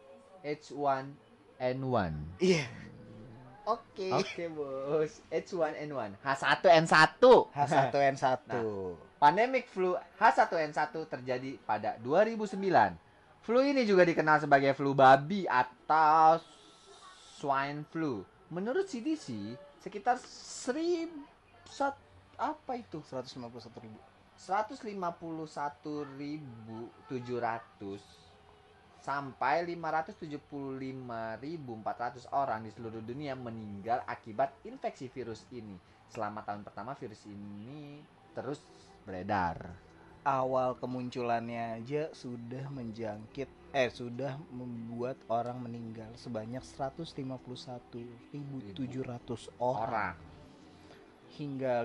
H1N1. Iya. Oke. Oke, Bos. H1N1. H1N1. H1N1. Pandemic flu H1N1 terjadi pada 2009. Flu ini juga dikenal sebagai flu babi atau swine flu. Menurut CDC, sekitar 151.700 sampai 575.400 orang di seluruh dunia meninggal akibat infeksi virus ini. Selama tahun pertama virus ini terus beredar. Awal kemunculannya aja sudah sudah membuat orang meninggal sebanyak 151.700 orang hingga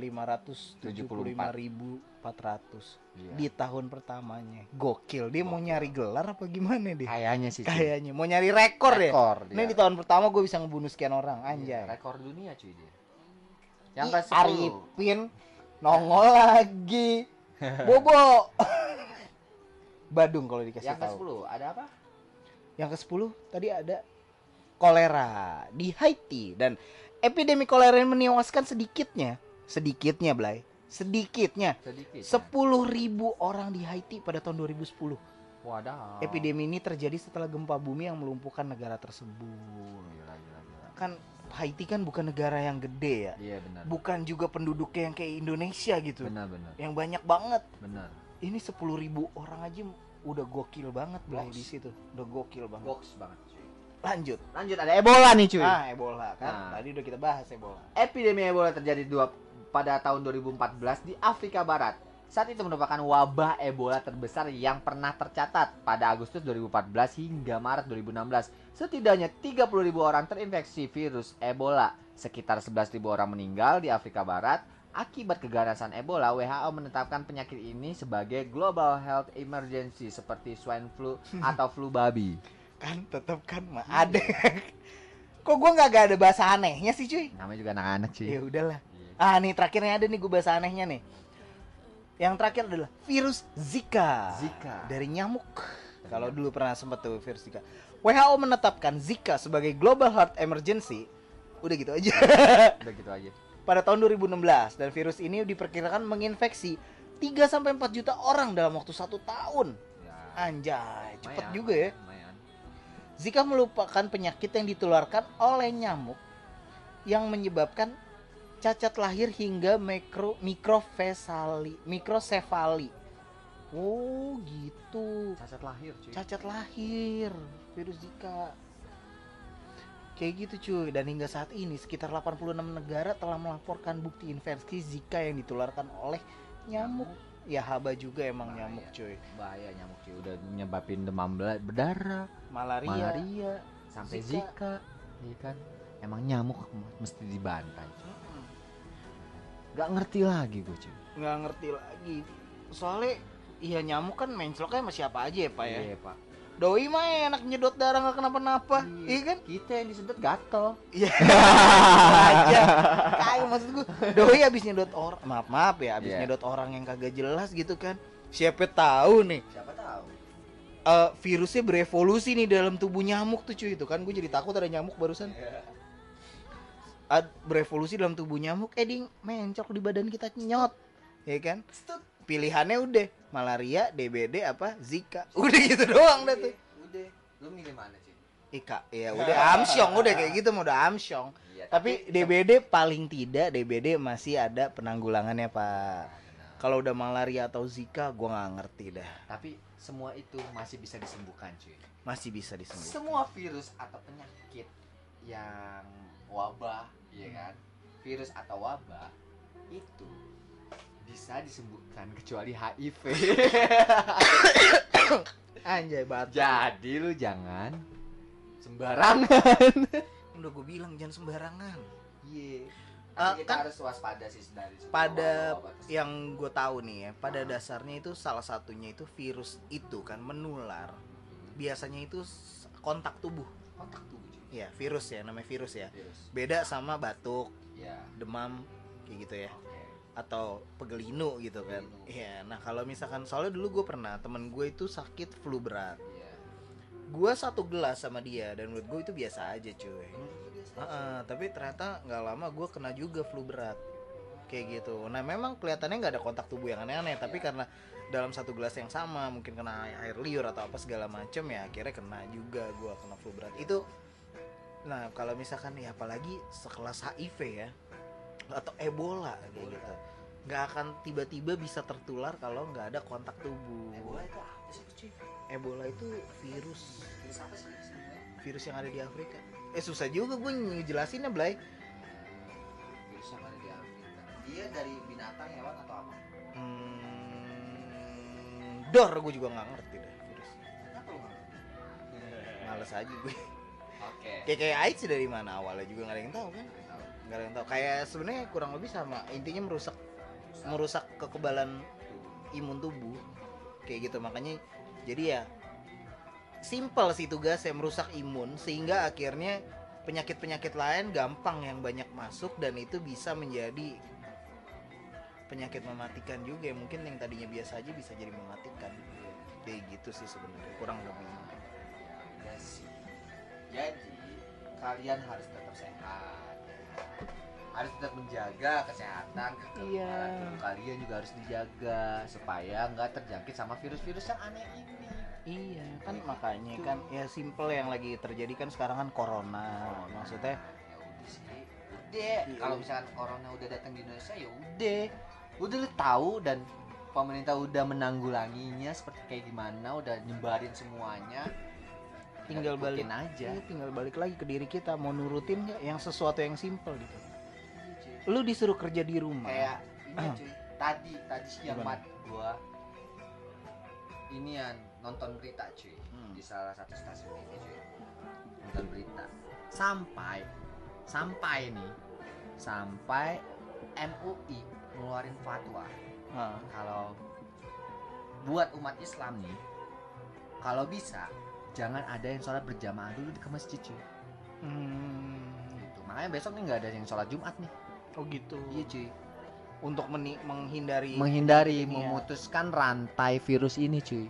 575.400 di tahun pertamanya. Gokil, dia mau nyari gelar apa gimana deh? Kayaknya sih. Kayaknya mau nyari rekor ya. Ini di tahun pertama gue bisa ngebunuh sekian orang, anjay. Rekor dunia cuy dia. Yang ke-10. Arifin nongol lagi. Bobo. Badung kalau dikasih Yang tahu. ke-10 ada apa? Yang ke-10 tadi ada kolera di Haiti dan epidemi kolera yang menewaskan sedikitnya Blay. Sedikit. 10.000 orang di Haiti pada tahun 2010. Wadah. Epidemi ini terjadi setelah gempa bumi yang melumpuhkan negara tersebut. Gila. Kan Haiti kan bukan negara yang gede ya. Iya benar. Bukan juga penduduknya yang kayak Indonesia gitu. Benar. Yang banyak banget. Benar. Ini 10.000 orang aja udah gokil banget Blay di situ. Udah gokil banget. Box banget cuy. Lanjut Ada Ebola nih cuy. Ebola kan. Nah. Tadi udah kita bahas Ebola. Epidemi Ebola terjadi pada tahun 2014 di Afrika Barat. Saat itu merupakan wabah Ebola terbesar yang pernah tercatat pada Agustus 2014 hingga Maret 2016. Setidaknya 30.000 orang terinfeksi virus Ebola. Sekitar 11.000 orang meninggal di Afrika Barat. Akibat keganasan Ebola, WHO menetapkan penyakit ini sebagai Global Health Emergency seperti swine flu atau flu babi. Kan tetap kan ada. Kok gue nggak ada bahasa anehnya sih cuy? Namanya juga anak-anak cuy. Ya udahlah. Nih terakhirnya ada nih gue bahasa anehnya nih. Yang terakhir adalah virus Zika. Dari nyamuk. Kalau dulu pernah sempat tuh virus Zika. WHO menetapkan Zika sebagai Global Health Emergency. Udah gitu aja. Pada tahun 2016 dan virus ini diperkirakan menginfeksi 3-4 juta orang dalam waktu 1 tahun. Anjay, cepet juga ya. Zika merupakan penyakit yang ditularkan oleh nyamuk yang menyebabkan cacat lahir hingga mikrosefali. Oh gitu. Cacat lahir cuy. Cacat lahir virus Zika. Kayak gitu cuy. Dan hingga saat ini sekitar 86 negara telah melaporkan bukti infeksi Zika yang ditularkan oleh nyamuk. Ya haba juga emang bahaya. Nyamuk cuy. Bahaya nyamuk cuy. Udah nyebabin demam berdarah, malaria sampai Zika. Iya kan? Emang nyamuk mesti dibantai. Gak ngerti lagi gue cuy. Gak ngerti lagi. Soalnya iya nyamuk kan mencloknya sama siapa aja ya Pak ya. Iya Pak. Doi mah enak nyedot darah gak kenapa-napa. Iya kan? Kita yang disedot gatel. Iya. aja. Kayak maksud gue Doi abis nyedot orang. Maaf ya abis nyedot orang yang kagak jelas gitu kan. Siapa tahu nih Siapa tahu. virusnya berevolusi nih dalam tubuh nyamuk tuh cuy. Itu kan gue jadi takut ada nyamuk barusan. Berevolusi dalam tubuh nyamuk, dia mencok di badan kita nyot, ya kan? Pilihannya udah malaria, DBD apa Zika, udah gitu doang dah tuh. Udah, lu milih mana sih? Ika, ya udah amsyong, udah kayak gitu mau udah amsyong. Iya, Tapi DBD paling tidak DBD masih ada penanggulangannya Pak. Kalau udah malaria atau Zika, gua nggak ngerti dah. Tapi semua itu masih bisa disembuhkan cuy. Masih bisa disembuhkan. Semua virus atau penyakit yang wabah, ya kan? Virus atau wabah itu bisa disembuhkan kecuali HIV. Anjay banget. Jadi lu jangan sembarangan. Udah gue bilang jangan sembarangan. Iya. Kita Kan harus waspada sih dari semua pada wabah tersebut. yang gue tahu nih ya, pada dasarnya itu salah satunya itu virus itu kan menular. Biasanya itu kontak tubuh. Kontak tubuh cuy. Ya, virus ya, namanya virus ya. Virus. Beda sama batuk, Ya. demam kayak gitu ya. Oke. Atau pegelinu gitu kan. Pegelinu. Iya, nah kalau misalkan soalnya dulu gue pernah temen gue itu sakit flu berat. Iya. Gue 1 gelas sama dia dan menurut gue itu biasa aja cuy. Tapi ternyata nggak lama gue kena juga flu berat kayak gitu. Nah memang kelihatannya nggak ada kontak tubuh yang aneh-aneh, tapi karena dalam 1 gelas yang sama mungkin kena air liur atau apa segala macem ya akhirnya kena juga gue kena flu berat itu. Nah kalau misalkan ya apalagi sekelas HIV ya atau Ebola kayak gitu, nggak akan tiba-tiba bisa tertular kalau nggak ada kontak tubuh. Ebola itu apa sih cuy? Ebola itu virus Virus apa sih sebenarnya? virus yang ada di Afrika. Susah juga gue ngejelasinnya Blay. Virus yang ada di Afrika. Dia dari binatang, hewan atau apa? Dor gue juga nggak ngerti deh virus. Kenapa lu nggak ngerti? Males aja gue. Oke. Kayak AIDS dari mana awalnya juga nggak ada yang tahu kan? Nggak ada yang tahu. Kayak sebenarnya kurang lebih sama. Intinya merusak kekebalan imun tubuh. Kayak gitu makanya jadi ya simple sih tugasnya merusak imun sehingga akhirnya penyakit-penyakit lain gampang yang banyak masuk dan itu bisa menjadi penyakit mematikan juga ya. Mungkin yang tadinya biasa aja bisa jadi mematikan. Kayak gitu sih sebenarnya kurang lebih. Ya sih. Jadi kalian harus tetap sehat. Harus tetap menjaga kesehatan, kekebalan tubuh kalian juga harus dijaga supaya nggak terjangkit sama virus-virus yang aneh ini. Iya kan makanya kan ya simple yang lagi terjadi kan sekarang kan corona. Maksudnya ya udah sih. Udah, kalau misalkan corona udah datang di Indonesia ya udah lu tahu dan pemerintah udah menanggulanginya seperti kayak gimana, udah nyebarin semuanya. tinggal balik aja. Tinggal balik lagi ke diri kita mau nurutin nggak yang sesuatu yang simple gitu. Iya, cuy. Lu disuruh kerja di rumah. Kayak ini cuy. Tadi siang mat gua inian nonton berita cuy di salah satu stasiun TV cuy. Nonton berita. Sampai MUI ngeluarin fatwa kalau buat umat Islam nih kalau bisa jangan ada yang sholat berjamaah dulu ke masjid cuy. Gitu. Makanya besok nih nggak ada yang sholat Jumat nih. Oh gitu. Iya cuy. Untuk menghindari memutuskan rantai virus ini cuy.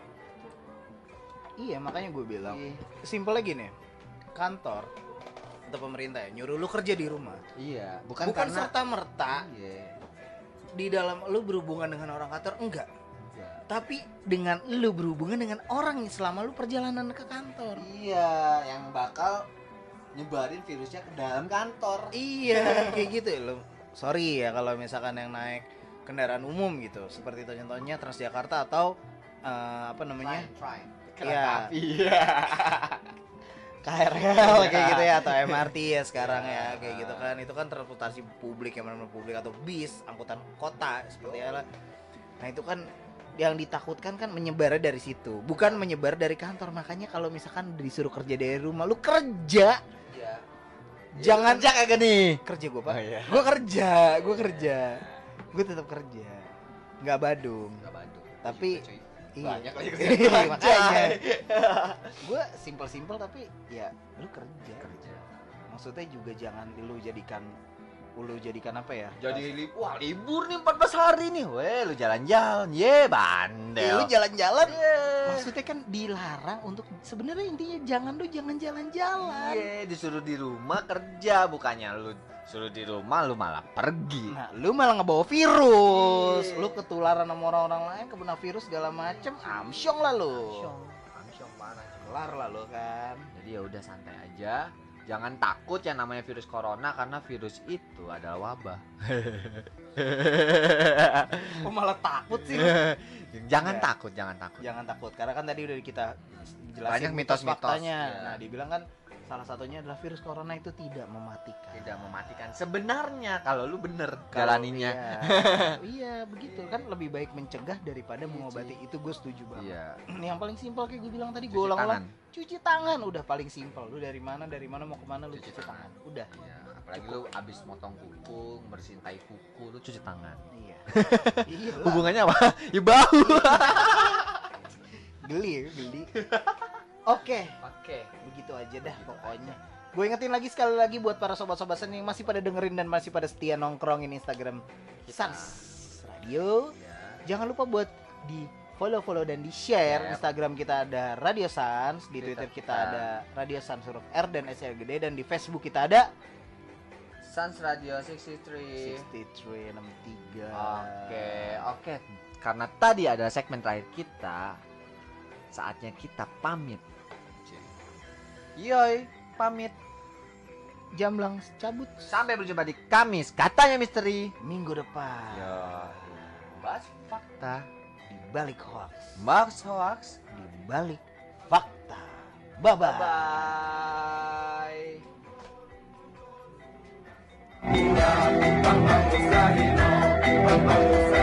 Iya makanya gue bilang simple lagi nih kantor atau pemerintah ya nyuruh lu kerja di rumah. Iya. Bukan serta merta di dalam lu berhubungan dengan orang kantor enggak. Tapi dengan lu berhubungan dengan orang selama lu perjalanan ke kantor. Iya, yang bakal nyebarin virusnya ke dalam kantor. Iya, kayak gitu ya lu. Sorry ya kalau misalkan yang naik kendaraan umum gitu, seperti itu contohnya Transjakarta atau apa namanya? Iya. KRL kayak gitu ya atau MRT ya sekarang ya kayak gitu kan. Itu kan transportasi publik yang benar-benar publik atau bis, angkutan kota seperti apa. Nah, itu kan yang ditakutkan kan menyebar dari situ, bukan menyebar dari kantor. Makanya kalau misalkan disuruh kerja dari rumah, lu kerja. Iya. Jangan kerja kagak nih? Kerja gue Pak. Oh, iya. Gue kerja. Gue tetap kerja. Nggak badung. Tapi banyak lagi makanya. Gue simple tapi ya lu kerja. Maksudnya juga jangan lu jadikan lu jadikan apa ya? Jadi wah libur nih 14 hari nih. Weh, lu jalan-jalan. Ye, bandel. Lu jalan-jalan. Ye. Maksudnya kan dilarang untuk sebenarnya intinya jangan jalan-jalan. Ye, disuruh di rumah kerja, bukannya lu suruh di rumah lu malah pergi. Nah, lu malah ngebawa virus. Iya. Lu ketularan sama orang-orang lain, kena virus segala macem. Amsyong lah lu. Amsyong parah. Kelar lah lu kan. Jadi ya udah santai aja. Jangan takut yang namanya virus corona karena virus itu adalah wabah. Kok malah takut sih? Jangan Ya. takut, jangan takut. Jangan takut karena kan tadi udah kita jelasin Banyak mitos-mitos. faktanya. Ya. Nah, dibilang kan salah satunya adalah virus corona itu tidak mematikan. Tidak mematikan. Sebenarnya kalau lu bener Kalau- jalaninya. Iya, iya begitu kan lebih baik mencegah daripada mengobati. Itu gue setuju banget. Iya. Yang paling simpel kayak gue bilang tadi, gue Cuci ulang-ulang. tangan. Cuci tangan udah paling simpel. Lu dari mana mau kemana lu Cuci cuci tangan. Udah. Iya, apalagi lu abis motong kuku, bersihin tai kuku, lu cuci tangan. Iya. Iya. Hubungannya apa? Ya bau. Geli. Oke. Oke. Begitu aja dah pokoknya. Gue ingetin lagi sekali lagi buat para sobat-sobat Sen yang masih pada dengerin dan masih pada setia nongkrongin Instagram Kita. Sans Radio. Ya. Jangan lupa buat di follow dan di share. Yep. Instagram kita ada Radio Sans, di Twitter Twitter kita kita. ada Radio Sans huruf R dan SR gede, dan di Facebook kita ada Sans Radio 63. 6363. Oke. Karena tadi adalah segmen terakhir kita, saatnya kita pamit. Yoi, pamit. Jamblang cabut Sampai berjumpa di Kamis, katanya misteri. minggu depan. Yo, bahas fakta, Di balik hoax, bahas hoax. di balik fakta. Bye bye. Bye.